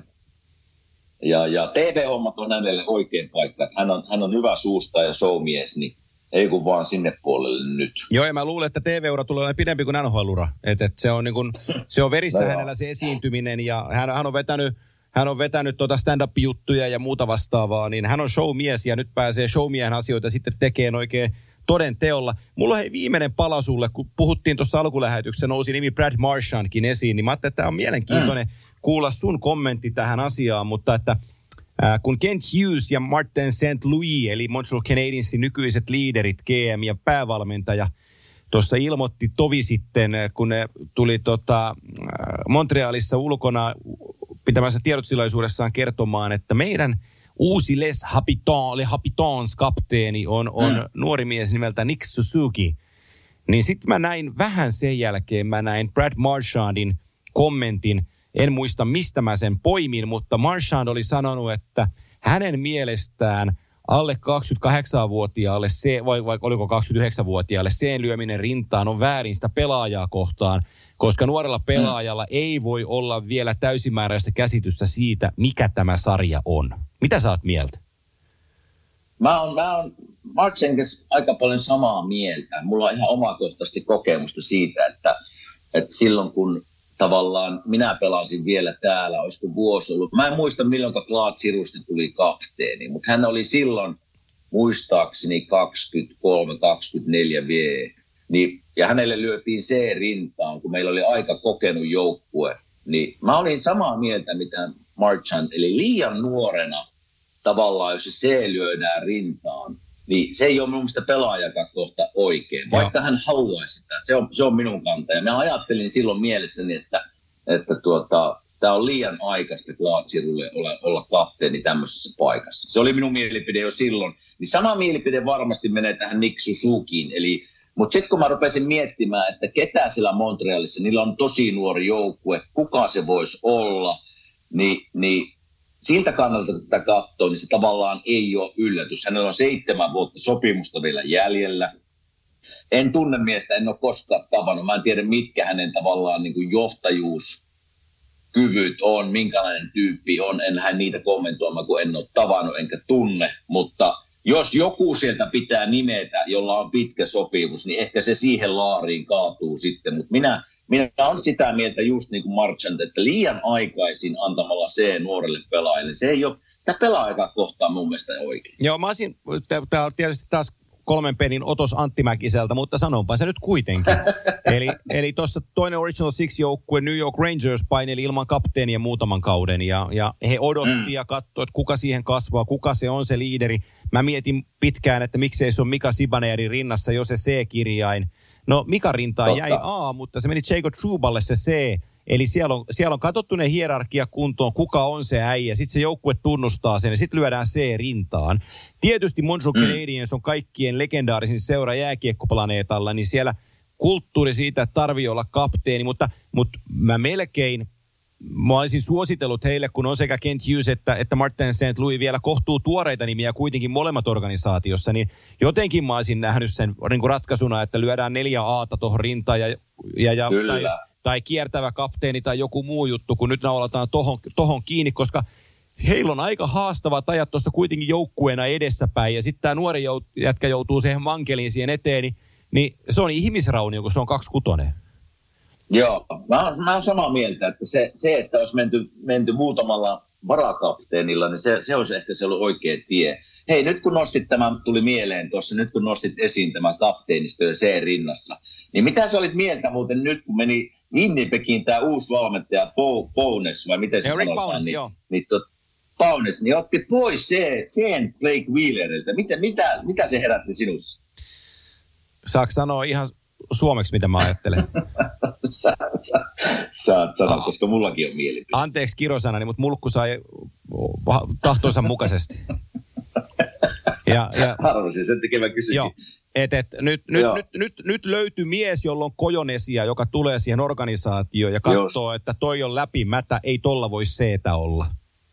Ja, ja T V-hommat on hänelle oikein paikka. Hän on, hän on hyvä suusta ja showmies, niin ei kun vaan sinne puolelle nyt. Joo, ja mä luulen, että T V-ura tulee olemaan pidempi kuin N H L-ura. Että et se on niin kun, se on verissä no hänellä se esiintyminen, ja hän, hän on vetänyt, hän on vetänyt tuota stand-up-juttuja ja muuta vastaavaa, niin hän on showmies, ja nyt pääsee showmiehen asioita sitten tekemään oikein toden teolla. Mulla on hei viimeinen pala sulle, kun puhuttiin tuossa alkulähetyksessä, nousi nimi Brad Marchandkin esiin, niin mä ajattelin, että tämä on mielenkiintoinen mm. kuulla sun kommentti tähän asiaan, mutta että Äh, kun Kent Hughes ja Martin Saint Louis, eli Montreal Canadiensin nykyiset liiderit, G M ja päävalmentaja, tuossa ilmoitti tovi sitten, kun ne tuli tota, Montrealissa ulkona pitämässä tiedotustilaisuudessaan kertomaan, että meidän uusi Les Habitants, Les Habitants kapteeni on, on mm. nuori mies nimeltä Nick Suzuki. Niin sitten mä näin vähän sen jälkeen, mä näin Brad Marchandin kommentin. En muista, mistä mä sen poimin, mutta Marchand oli sanonut, että hänen mielestään alle kaksikymmentäkahdeksanvuotiaalle, se, vai, vai oliko kaksikymmentäyhdeksänvuotiaalle, sen lyöminen rintaan on väärin sitä pelaajaa kohtaan, koska nuorella pelaajalla mm. ei voi olla vielä täysimääräistä käsitystä siitä, mikä tämä sarja on. Mitä sä oot mieltä? Mä oon, mä oon Marchandin kanssa aika paljon samaa mieltä. Mulla on ihan omakohtaisesti kokemusta siitä, että, että silloin kun tavallaan minä pelasin vielä täällä, olisiko vuosi ollut. Mä en muista milloin Claude Girouxsta tuli kapteeni, mutta hän oli silloin muistaakseni kaksikymmentäkolme kaksikymmentäneljä V. Niin, ja hänelle lyötiin C-rintaan, kun meillä oli aika kokenut joukkue. Niin mä olin samaa mieltä, mitä Marchand, eli liian nuorena tavallaan, jos se C lyödään rintaan, niin se ei ole minun mielestä pelaajakaan kohta oikein, vaikka Joo. hän haluaisi sitä. Se on, se on minun kanta. Ja mä ajattelin silloin mielessäni, että, että tuota, tämä on liian aikaista Claude Girouxlle olla, olla kapteeni tämmöisessä paikassa. Se oli minun mielipide jo silloin. Niin sama mielipide varmasti menee tähän Nick Suzukiin. Eli, mutta sitten kun mä rupesin miettimään, että ketä siellä Montrealissa, niillä on tosi nuori joukkue, kuka se voisi olla, niin... niin siltä kannalta, kun tätä katsoo, niin se tavallaan ei ole yllätys. Hänellä on seitsemän vuotta sopimusta vielä jäljellä. En tunne miestä, en ole koskaan tavannut. Mä en tiedä, mitkä hänen tavallaan niin kuin johtajuuskyvyt on, minkälainen tyyppi on. En lähde niitä kommentoimaan, kun en ole tavannut enkä tunne. Mutta jos joku sieltä pitää nimetä, jolla on pitkä sopimus, niin ehkä se siihen laariin kaatuu sitten. Mutta minä... Minä olen sitä mieltä just niin kuin Marchand, että liian aikaisin antamalla C nuorelle pelaajalle. Se ei ole sitä pelaajakaan kohtaa mun mielestä oikein. Joo, mä olisin, tämä on tietysti taas kolmen penin otos Antti Mäkiseltä, mutta sanonpa se nyt kuitenkin. eli eli tuossa toinen Original Six-joukkue New York Rangers paineli ilman kapteenia muutaman kauden. Ja, ja he odotti mm. ja katsoivat, että kuka siihen kasvaa, kuka se on se liideri. Mä mietin pitkään, että miksei se on Mika Zibanejadin rinnassa jo se C-kirjain. No Mika rintaan Totta. jäi A, mutta se meni Jacob Trouballe se C. Eli siellä on, siellä on katsottu ne hierarkia kuntoon, kuka on se äijä. Sitten se joukkue tunnustaa sen ja sitten lyödään C-rintaan. Tietysti Montreal mm. Canadiens on kaikkien legendaarisin seura jääkiekkoplaneetalla, niin siellä kulttuuri siitä, että tarvii olla kapteeni. Mutta, mutta mä melkein, mä olisin suositellut heille, kun on sekä Kent Hughes että, että Martin Saint Louis vielä kohtuu tuoreita nimiä kuitenkin molemmat organisaatiossa, niin jotenkin mä olisin nähnyt sen niin kuin ratkaisuna, että lyödään neljä aata tuohon rintaan ja, ja, ja tai, tai kiertävä kapteeni tai joku muu juttu, kun nyt naulataan tohon, tohon kiinni, koska heillä on aika haastavat ajat tuossa kuitenkin joukkueena edessäpäin ja sitten tämä nuori jout, jätkä joutuu siihen mankeliin siihen eteen, niin, niin se on ihmisraunio, kun se on kaksikutonen. Joo, mä oon, mä oon samaa mieltä, että se, se että olisi menty, menty muutamalla varakapteenilla, niin se, se olisi ehkä se ollut oikea tie. Hei, nyt kun nostit tämän, tuli mieleen tuossa, nyt kun nostit esiin tämän kapteenisto ja C-rinnassa, niin mitä sä olit mieltä muuten nyt, kun meni Winnipegiin tämä uusi valmentaja Bowness, vai miten se ja sanotaan? Bowness, niin, joo. Niin, tot, Bowness, niin otti pois sen Blake Wheeleriltä. Mitä, mitä, mitä se herätti sinussa? Saatko sanoa ihan suomeksi, mitä mä ajattelen? Sä, sä, saat sanoa, ah. koska mullakin on mielipide. Anteeksi kirosanani, mutta mulkku sai tahtonsa mukaisesti. Ja, ja, Arvasin, sen tekevä kysymys. Joo, et, et, nyt, nyt, nyt, nyt, nyt löytyi mies, jolla on kojonesia, joka tulee siihen organisaatioon ja katsoo, Just. että toi on läpimätä, ei tolla voi seetä olla.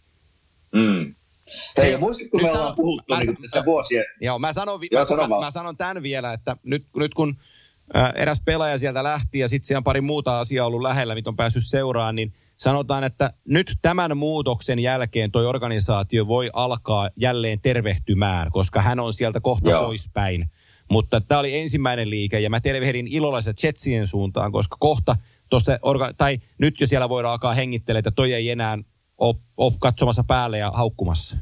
Mm. Hei, muistatko me ollaan puhuttu niin tässä vuosia? Joo, mä sanon, joo, mä, sanon, mä, mä sanon tämän vielä, että nyt, nyt kun ä, eräs pelaaja sieltä lähti ja sitten siellä on pari muuta asiaa ollut lähellä, mitä on päässyt seuraan, niin sanotaan, että nyt tämän muutoksen jälkeen toi organisaatio voi alkaa jälleen tervehtymään, koska hän on sieltä kohta joo. poispäin. Mutta tämä oli ensimmäinen liike ja mä tervehdin ilolla se Jetsien suuntaan, koska kohta tuossa, orga- tai nyt jo siellä voidaan alkaa hengittelemään, että toi ei enää ole, ole katsomassa päälle ja haukkumassa.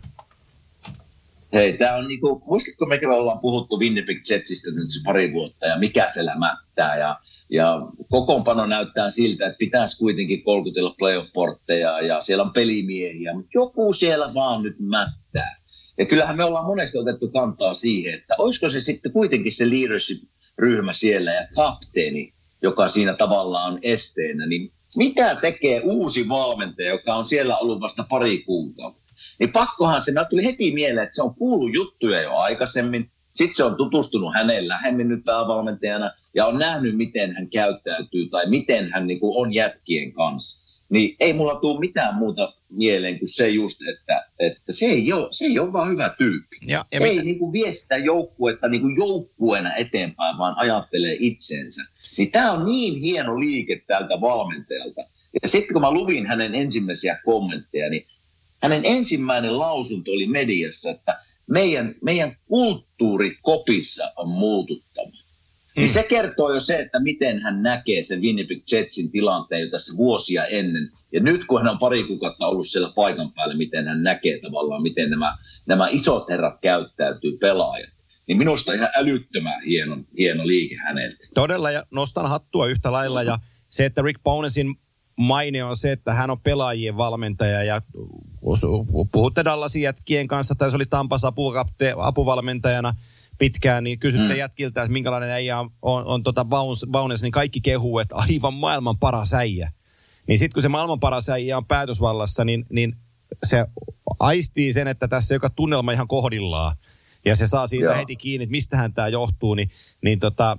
Hei, tämä on niinku, muistatko mekin ollaan puhuttu Winnipeg Jetsistä nyt se pari vuotta ja mikä se lämättää ja, ja kokoonpano näyttää siltä, että pitäisi kuitenkin kolkutella playoff-portteja ja siellä on pelimiehiä, mutta joku siellä vaan nyt mättää. Ja kyllähän me ollaan monesti otettu kantaa siihen, että olisiko se sitten kuitenkin se leadership-ryhmä siellä ja kapteeni, joka siinä tavallaan on esteenä, niin mitä tekee uusi valmentaja, joka on siellä ollut vasta pari kuukautta? Niin pakkohan se, mä tuli heti mieleen, että se on kuullut juttuja jo aikaisemmin, sitten se on tutustunut häneen lähemmin nyt päävalmentajana ja on nähnyt, miten hän käyttäytyy tai miten hän niin kuin on jätkien kanssa. Niin ei mulla tule mitään muuta mieleen kuin se just, että, että se, ei ole, se ei ole vaan hyvä tyyppi. Ja, ja ei niin kuin vie sitä joukkuetta niin kuin joukkueena eteenpäin, vaan ajattelee itseensä. Niin tämä on niin hieno liike tältä valmentajalta. Ja sitten kun mä luvin hänen ensimmäisiä kommentteja, niin hänen ensimmäinen lausunto oli mediassa, että meidän, meidän kulttuuri kopissa on muututtava. Mm. Niin se kertoo jo se, että miten hän näkee sen Winnipeg Jetsin tilanteen jo tässä vuosia ennen. Ja nyt kun hän on pari kuukautta ollut siellä paikan päällä, miten hän näkee tavallaan, miten nämä, nämä isot herrat käyttäytyy pelaajat. Niin minusta ihan älyttömän hieno, hieno liike häneltä. Todella, ja nostan hattua yhtä lailla. Ja se, että Rick Bownessin maine on se, että hän on pelaajien valmentaja. Ja puhutte Dallasin jätkien kanssa, tai se oli Tampas apuvalmentajana pitkään, niin kysytte mm. jätkiltä, että minkälainen äijä on, on, on tota Bowness, niin kaikki kehuu, että aivan maailman paras äijä. Niin sitten kun se maailman paras äijä on päätösvallassa, niin, niin se aistii sen, että tässä joka tunnelma ihan kohdillaan. Ja se saa siitä Joo. heti kiinni, että mistähän tämä johtuu, niin, niin tota,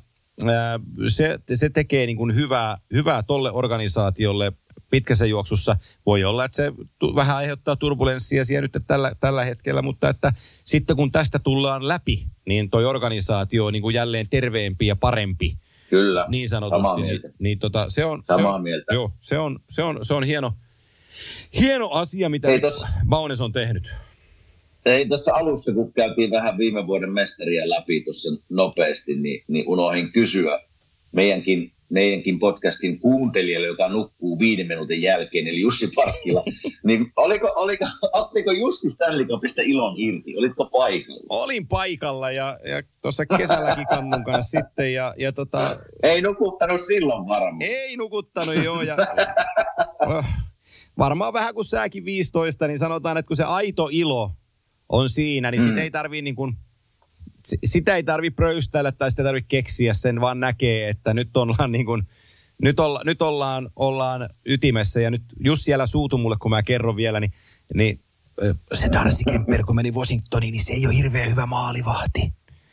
se, se tekee niin kuin hyvää, hyvää tolle organisaatiolle pitkässä juoksussa. Voi olla, että se tu- vähän aiheuttaa turbulenssia siellä nyt tällä, tällä hetkellä, mutta että sitten kun tästä tullaan läpi, niin toi organisaatio on niin kuin jälleen terveempi ja parempi. Kyllä, niin sanotusti. Niin, niin tota, se on, samaa se on, mieltä. Joo, se on, se on, se on hieno, hieno asia, mitä Bowness on tehnyt. Ei tuossa alussa, kun käytiin vähän viime vuoden mestaria läpi tuossa nopeasti, niin, niin unohdin kysyä meidänkin, meidänkin podcastin kuuntelijalle, joka nukkuu viiden minuutin jälkeen, eli Jussi Parkkila. niin oliko, oliko, ottiko Jussi Stanley Cupista ilon irti? Olitko paikalla? Olin paikalla ja, ja tuossa kesälläkin kannun kanssa sitten. Ja, ja tota... Ei nukuttanut silloin varmaan. Ei nukuttanut, joo. Ja, oh, varmaan vähän kuin säkin viisitoista, niin sanotaan, että kun se aito ilo on siinä, niin mm. sitä ei tarvii niin kuin, sitä ei tarvii pröystäillä tai sitä ei tarvii keksiä, sen vaan näkee, että nyt ollaan niin kuin, nyt, olla, nyt ollaan, ollaan ytimessä ja nyt just siellä suutu mulle, kun mä kerron vielä, niin, niin se Darcy Kemper, kun meni Washingtoniin, niin se ei ole hirveän hyvä maalivahti.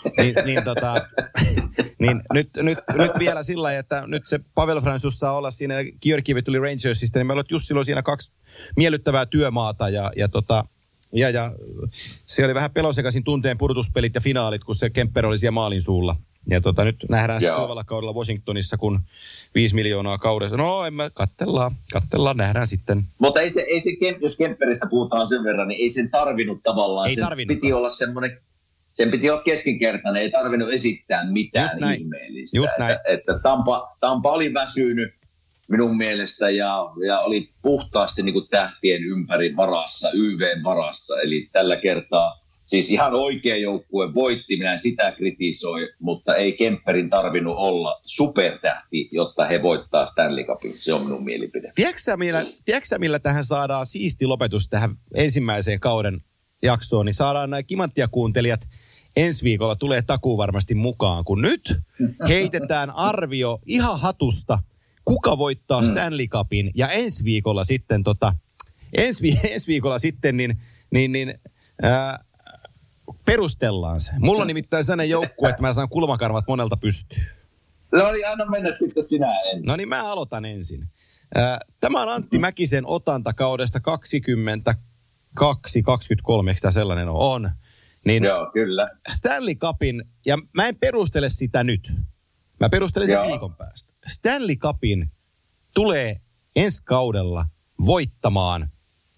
niin, niin, tota, niin nyt, nyt, nyt vielä sillä lailla, että nyt se Pavel Francouz saa olla siinä, Georgiev tuli Rangersista, niin meillä on just silloin siinä kaksi miellyttävää työmaata ja, ja tota, Ja, ja se oli vähän pelosekaisin tunteen pudotuspelit ja finaalit, kun se Kemper oli siellä maalin suulla. Ja tota, nyt nähdään sitten tulevalla kaudella Washingtonissa, kun viisi miljoonaa kaudessa. No, emme, katsellaan, katsellaan, nähdään sitten. Mutta ei se, ei se jos Kemperistä puhutaan sen verran, niin ei sen tarvinnut tavallaan. Ei tarvinnut. Piti olla semmoinen, sen piti olla keskinkertainen, ei tarvinnut esittää mitään ihmeellistä. Just näin. Että, että Tampa, Tampa oli väsynyt minun mielestä ja, ja oli puhtaasti niin kuin tähtien ympäri varassa, Y V:n varassa. Eli tällä kertaa siis ihan oikea joukkue voitti, minä sitä kritisoi, mutta ei Kemperin tarvinnut olla supertähti, jotta he voittaa Stanley Cupin. Se on minun mielipide. Tiedätkö millä, tiedätkö millä tähän saadaan siisti lopetus tähän ensimmäiseen kauden jaksoon, niin saadaan nämä kimanttia-kuuntelijat ensi viikolla tulee takuu varmasti mukaan, kun nyt heitetään arvio ihan hatusta, kuka voittaa Stanley Cupin, ja ensi viikolla sitten, tota, ensi, vi- ensi viikolla sitten, niin, niin, niin ää, perustellaan se. Mulla on nimittäin sellainen joukkue, että mä saan kulmakarvat monelta pystyyn. No niin, anna mennä sitten sinä ensin. No niin, mä aloitan ensin. Ää, tämä on Antti Mäkisen otanta kaudesta kaksikymmentäkaksi kaksikymmentäkolme, eikö tämä sellainen on? On. Niin Joo, kyllä. Stanley Cupin, ja mä en perustele sitä nyt. Mä perustelen sen Joo. viikon päästä. Stanley Cupin tulee ensi kaudella voittamaan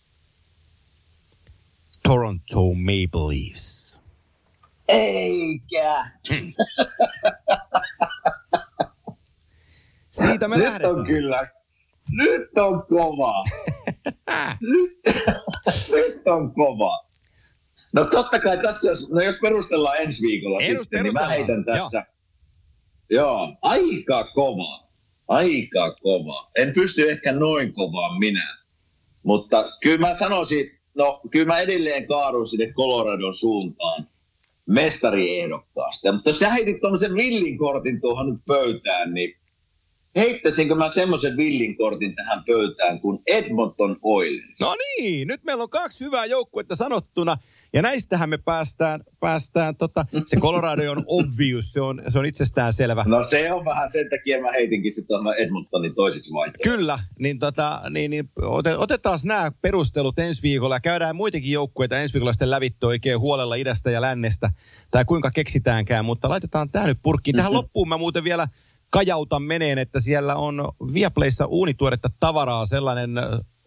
Toronto Maple Leafs. Eikä. Siitä me Nyt lähdetään. on kyllä. Nyt on kova. nyt, nyt on kova. No totta kai tässä, jos, no jos perustellaan ensi viikolla Ei, sitten, niin mä heitän tässä. Joo. Joo, aika kova. Aika kova. En pysty ehkä noin kovaan minä. Mutta kyllä mä sanoisin, no kyllä mä edelleen kaadun sinne Coloradon suuntaan mestariehdokkaasta. Mutta jos sä heitit tuommoisen villin kortin tuohon nyt pöytään, niin heittäisinkö mä semmoisen villin kortin tähän pöytään kuin Edmonton Oilers? No niin, nyt meillä on kaksi hyvää joukkuetta sanottuna, ja näistähän me päästään, päästään tota, se Colorado on obvious, se on, se on itsestään selvä. No se on vähän sen takia, mä heitinkin sitten tuohon Edmontonin toisiksi vaihtoehtoon. Kyllä, niin, tota, niin, niin otetaan nämä perustelut ensi viikolla, ja käydään muitakin joukkueita ensi viikolla sitten lävitty oikein huolella idästä ja lännestä, tai kuinka keksitäänkään, mutta laitetaan tämä nyt purkkiin. Tähän loppuun mä muuten vielä kajautan meneen, että siellä on Viaplayssa uunituoretta tavaraa, sellainen ö,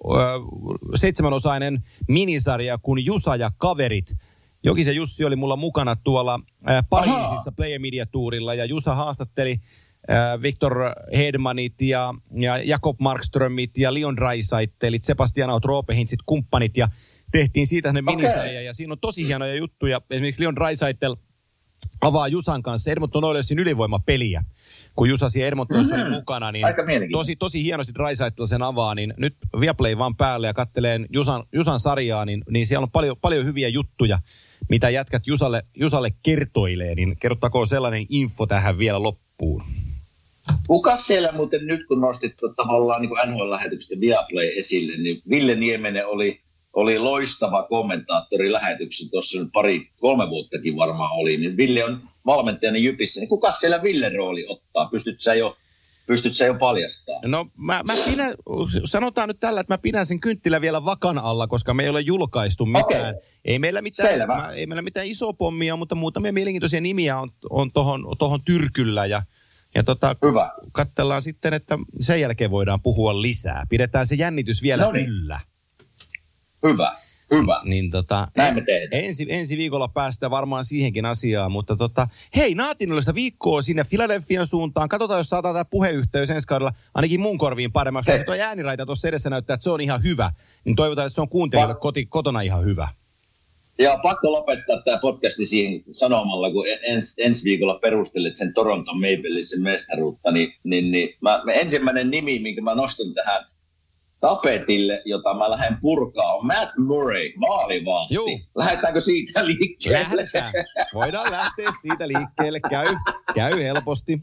seitsemänosainen minisarja kuin Jusa ja kaverit. Jokisen Jussi oli mulla mukana tuolla ä, Pariisissa Play Media Tourilla, ja Jusa haastatteli ä, Victor Hedmanit ja, ja Jakob Markströmit ja Leon Draisaitleit, Sebastian Autropehintsit, kumppanit, ja tehtiin siitä ne minisarja, okay. Ja siinä on tosi hienoja juttuja. Esimerkiksi Leon Draisaitel avaa Jusan kanssa Edmonton Oilersin ylivoimapeliä. Kun Jusa siellä Edmontonissa mm-hmm. oli mukana, niin tosi, tosi hienosti Draisaitl sen avaa, niin nyt Viaplay vaan päälle ja katteleen Jusan, Jusan sarjaa, niin, niin siellä on paljon, paljon hyviä juttuja, mitä jätkät Jusalle, Jusalle kertoilee, niin kerrottakoon sellainen info tähän vielä loppuun. Kuka siellä muuten nyt, kun nostit tavallaan niin kuin N H L-lähetykset Viaplay esille, niin Ville Nieminen oli, oli loistava kommentaattori lähetyksessä, tuossa nyt pari, kolme vuottakin varmaan oli, niin Ville on valmentajana Jypissä, niin kuka siellä Villen rooli ottaa? Pystyt sä jo, pystyt sä jo paljastamaan? No mä, mä pidän, sanotaan nyt tällä, että mä pidän sen kynttilän vielä vakan alla, koska me ei ole julkaistu mitään. Okay. Ei meillä mitään, mä, ei meillä mitään isoa pommia, mutta muutamia mielenkiintoisia nimiä on, on tohon, tohon tyrkyllä, ja, ja tota, Hyvä. Katsellaan sitten, että sen jälkeen voidaan puhua lisää. Pidetään se jännitys vielä Noniin. yllä. Hyvä. Hyvä. Niin tota, Näin me tehdään. Ensi, ensi viikolla päästään varmaan siihenkin asiaan, mutta tota, hei, naatinnallista viikkoa sinne Philadelphian suuntaan. Katsotaan, jos saadaan tämä puheyhteys ensi kaudella ainakin mun korviin paremmaksi. Kun tuo ääniraita tuossa edessä näyttää, että se on ihan hyvä, niin toivotaan, että se on kuuntelijoille koti, kotona ihan hyvä. Ja pakko lopettaa tämä podcasti siihen sanomalla, kun ens, ensi viikolla perustelet sen Toronto Maple Leafsin mestaruutta, niin, niin, niin mä, ensimmäinen nimi, minkä mä nostan tähän tapetille, jota mä lähden purkaa, on Matt Murray, maalivahti. Juu. Lähdetäänkö siitä liikkeelle? Lähdetään. Voidaan lähteä siitä liikkeelle. Käy, käy helposti.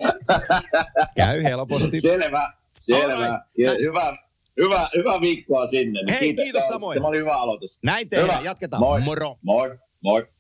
Käy helposti. Selvä, selvä. Right. Hyvä, hyvä, hyvä viikkoa sinne. Hei, kiitos, kiitos samoin. Tämä oli hyvä aloitus. Näin tehdään, hyvä. Jatketaan. Moi. Moro. Moi. Moi.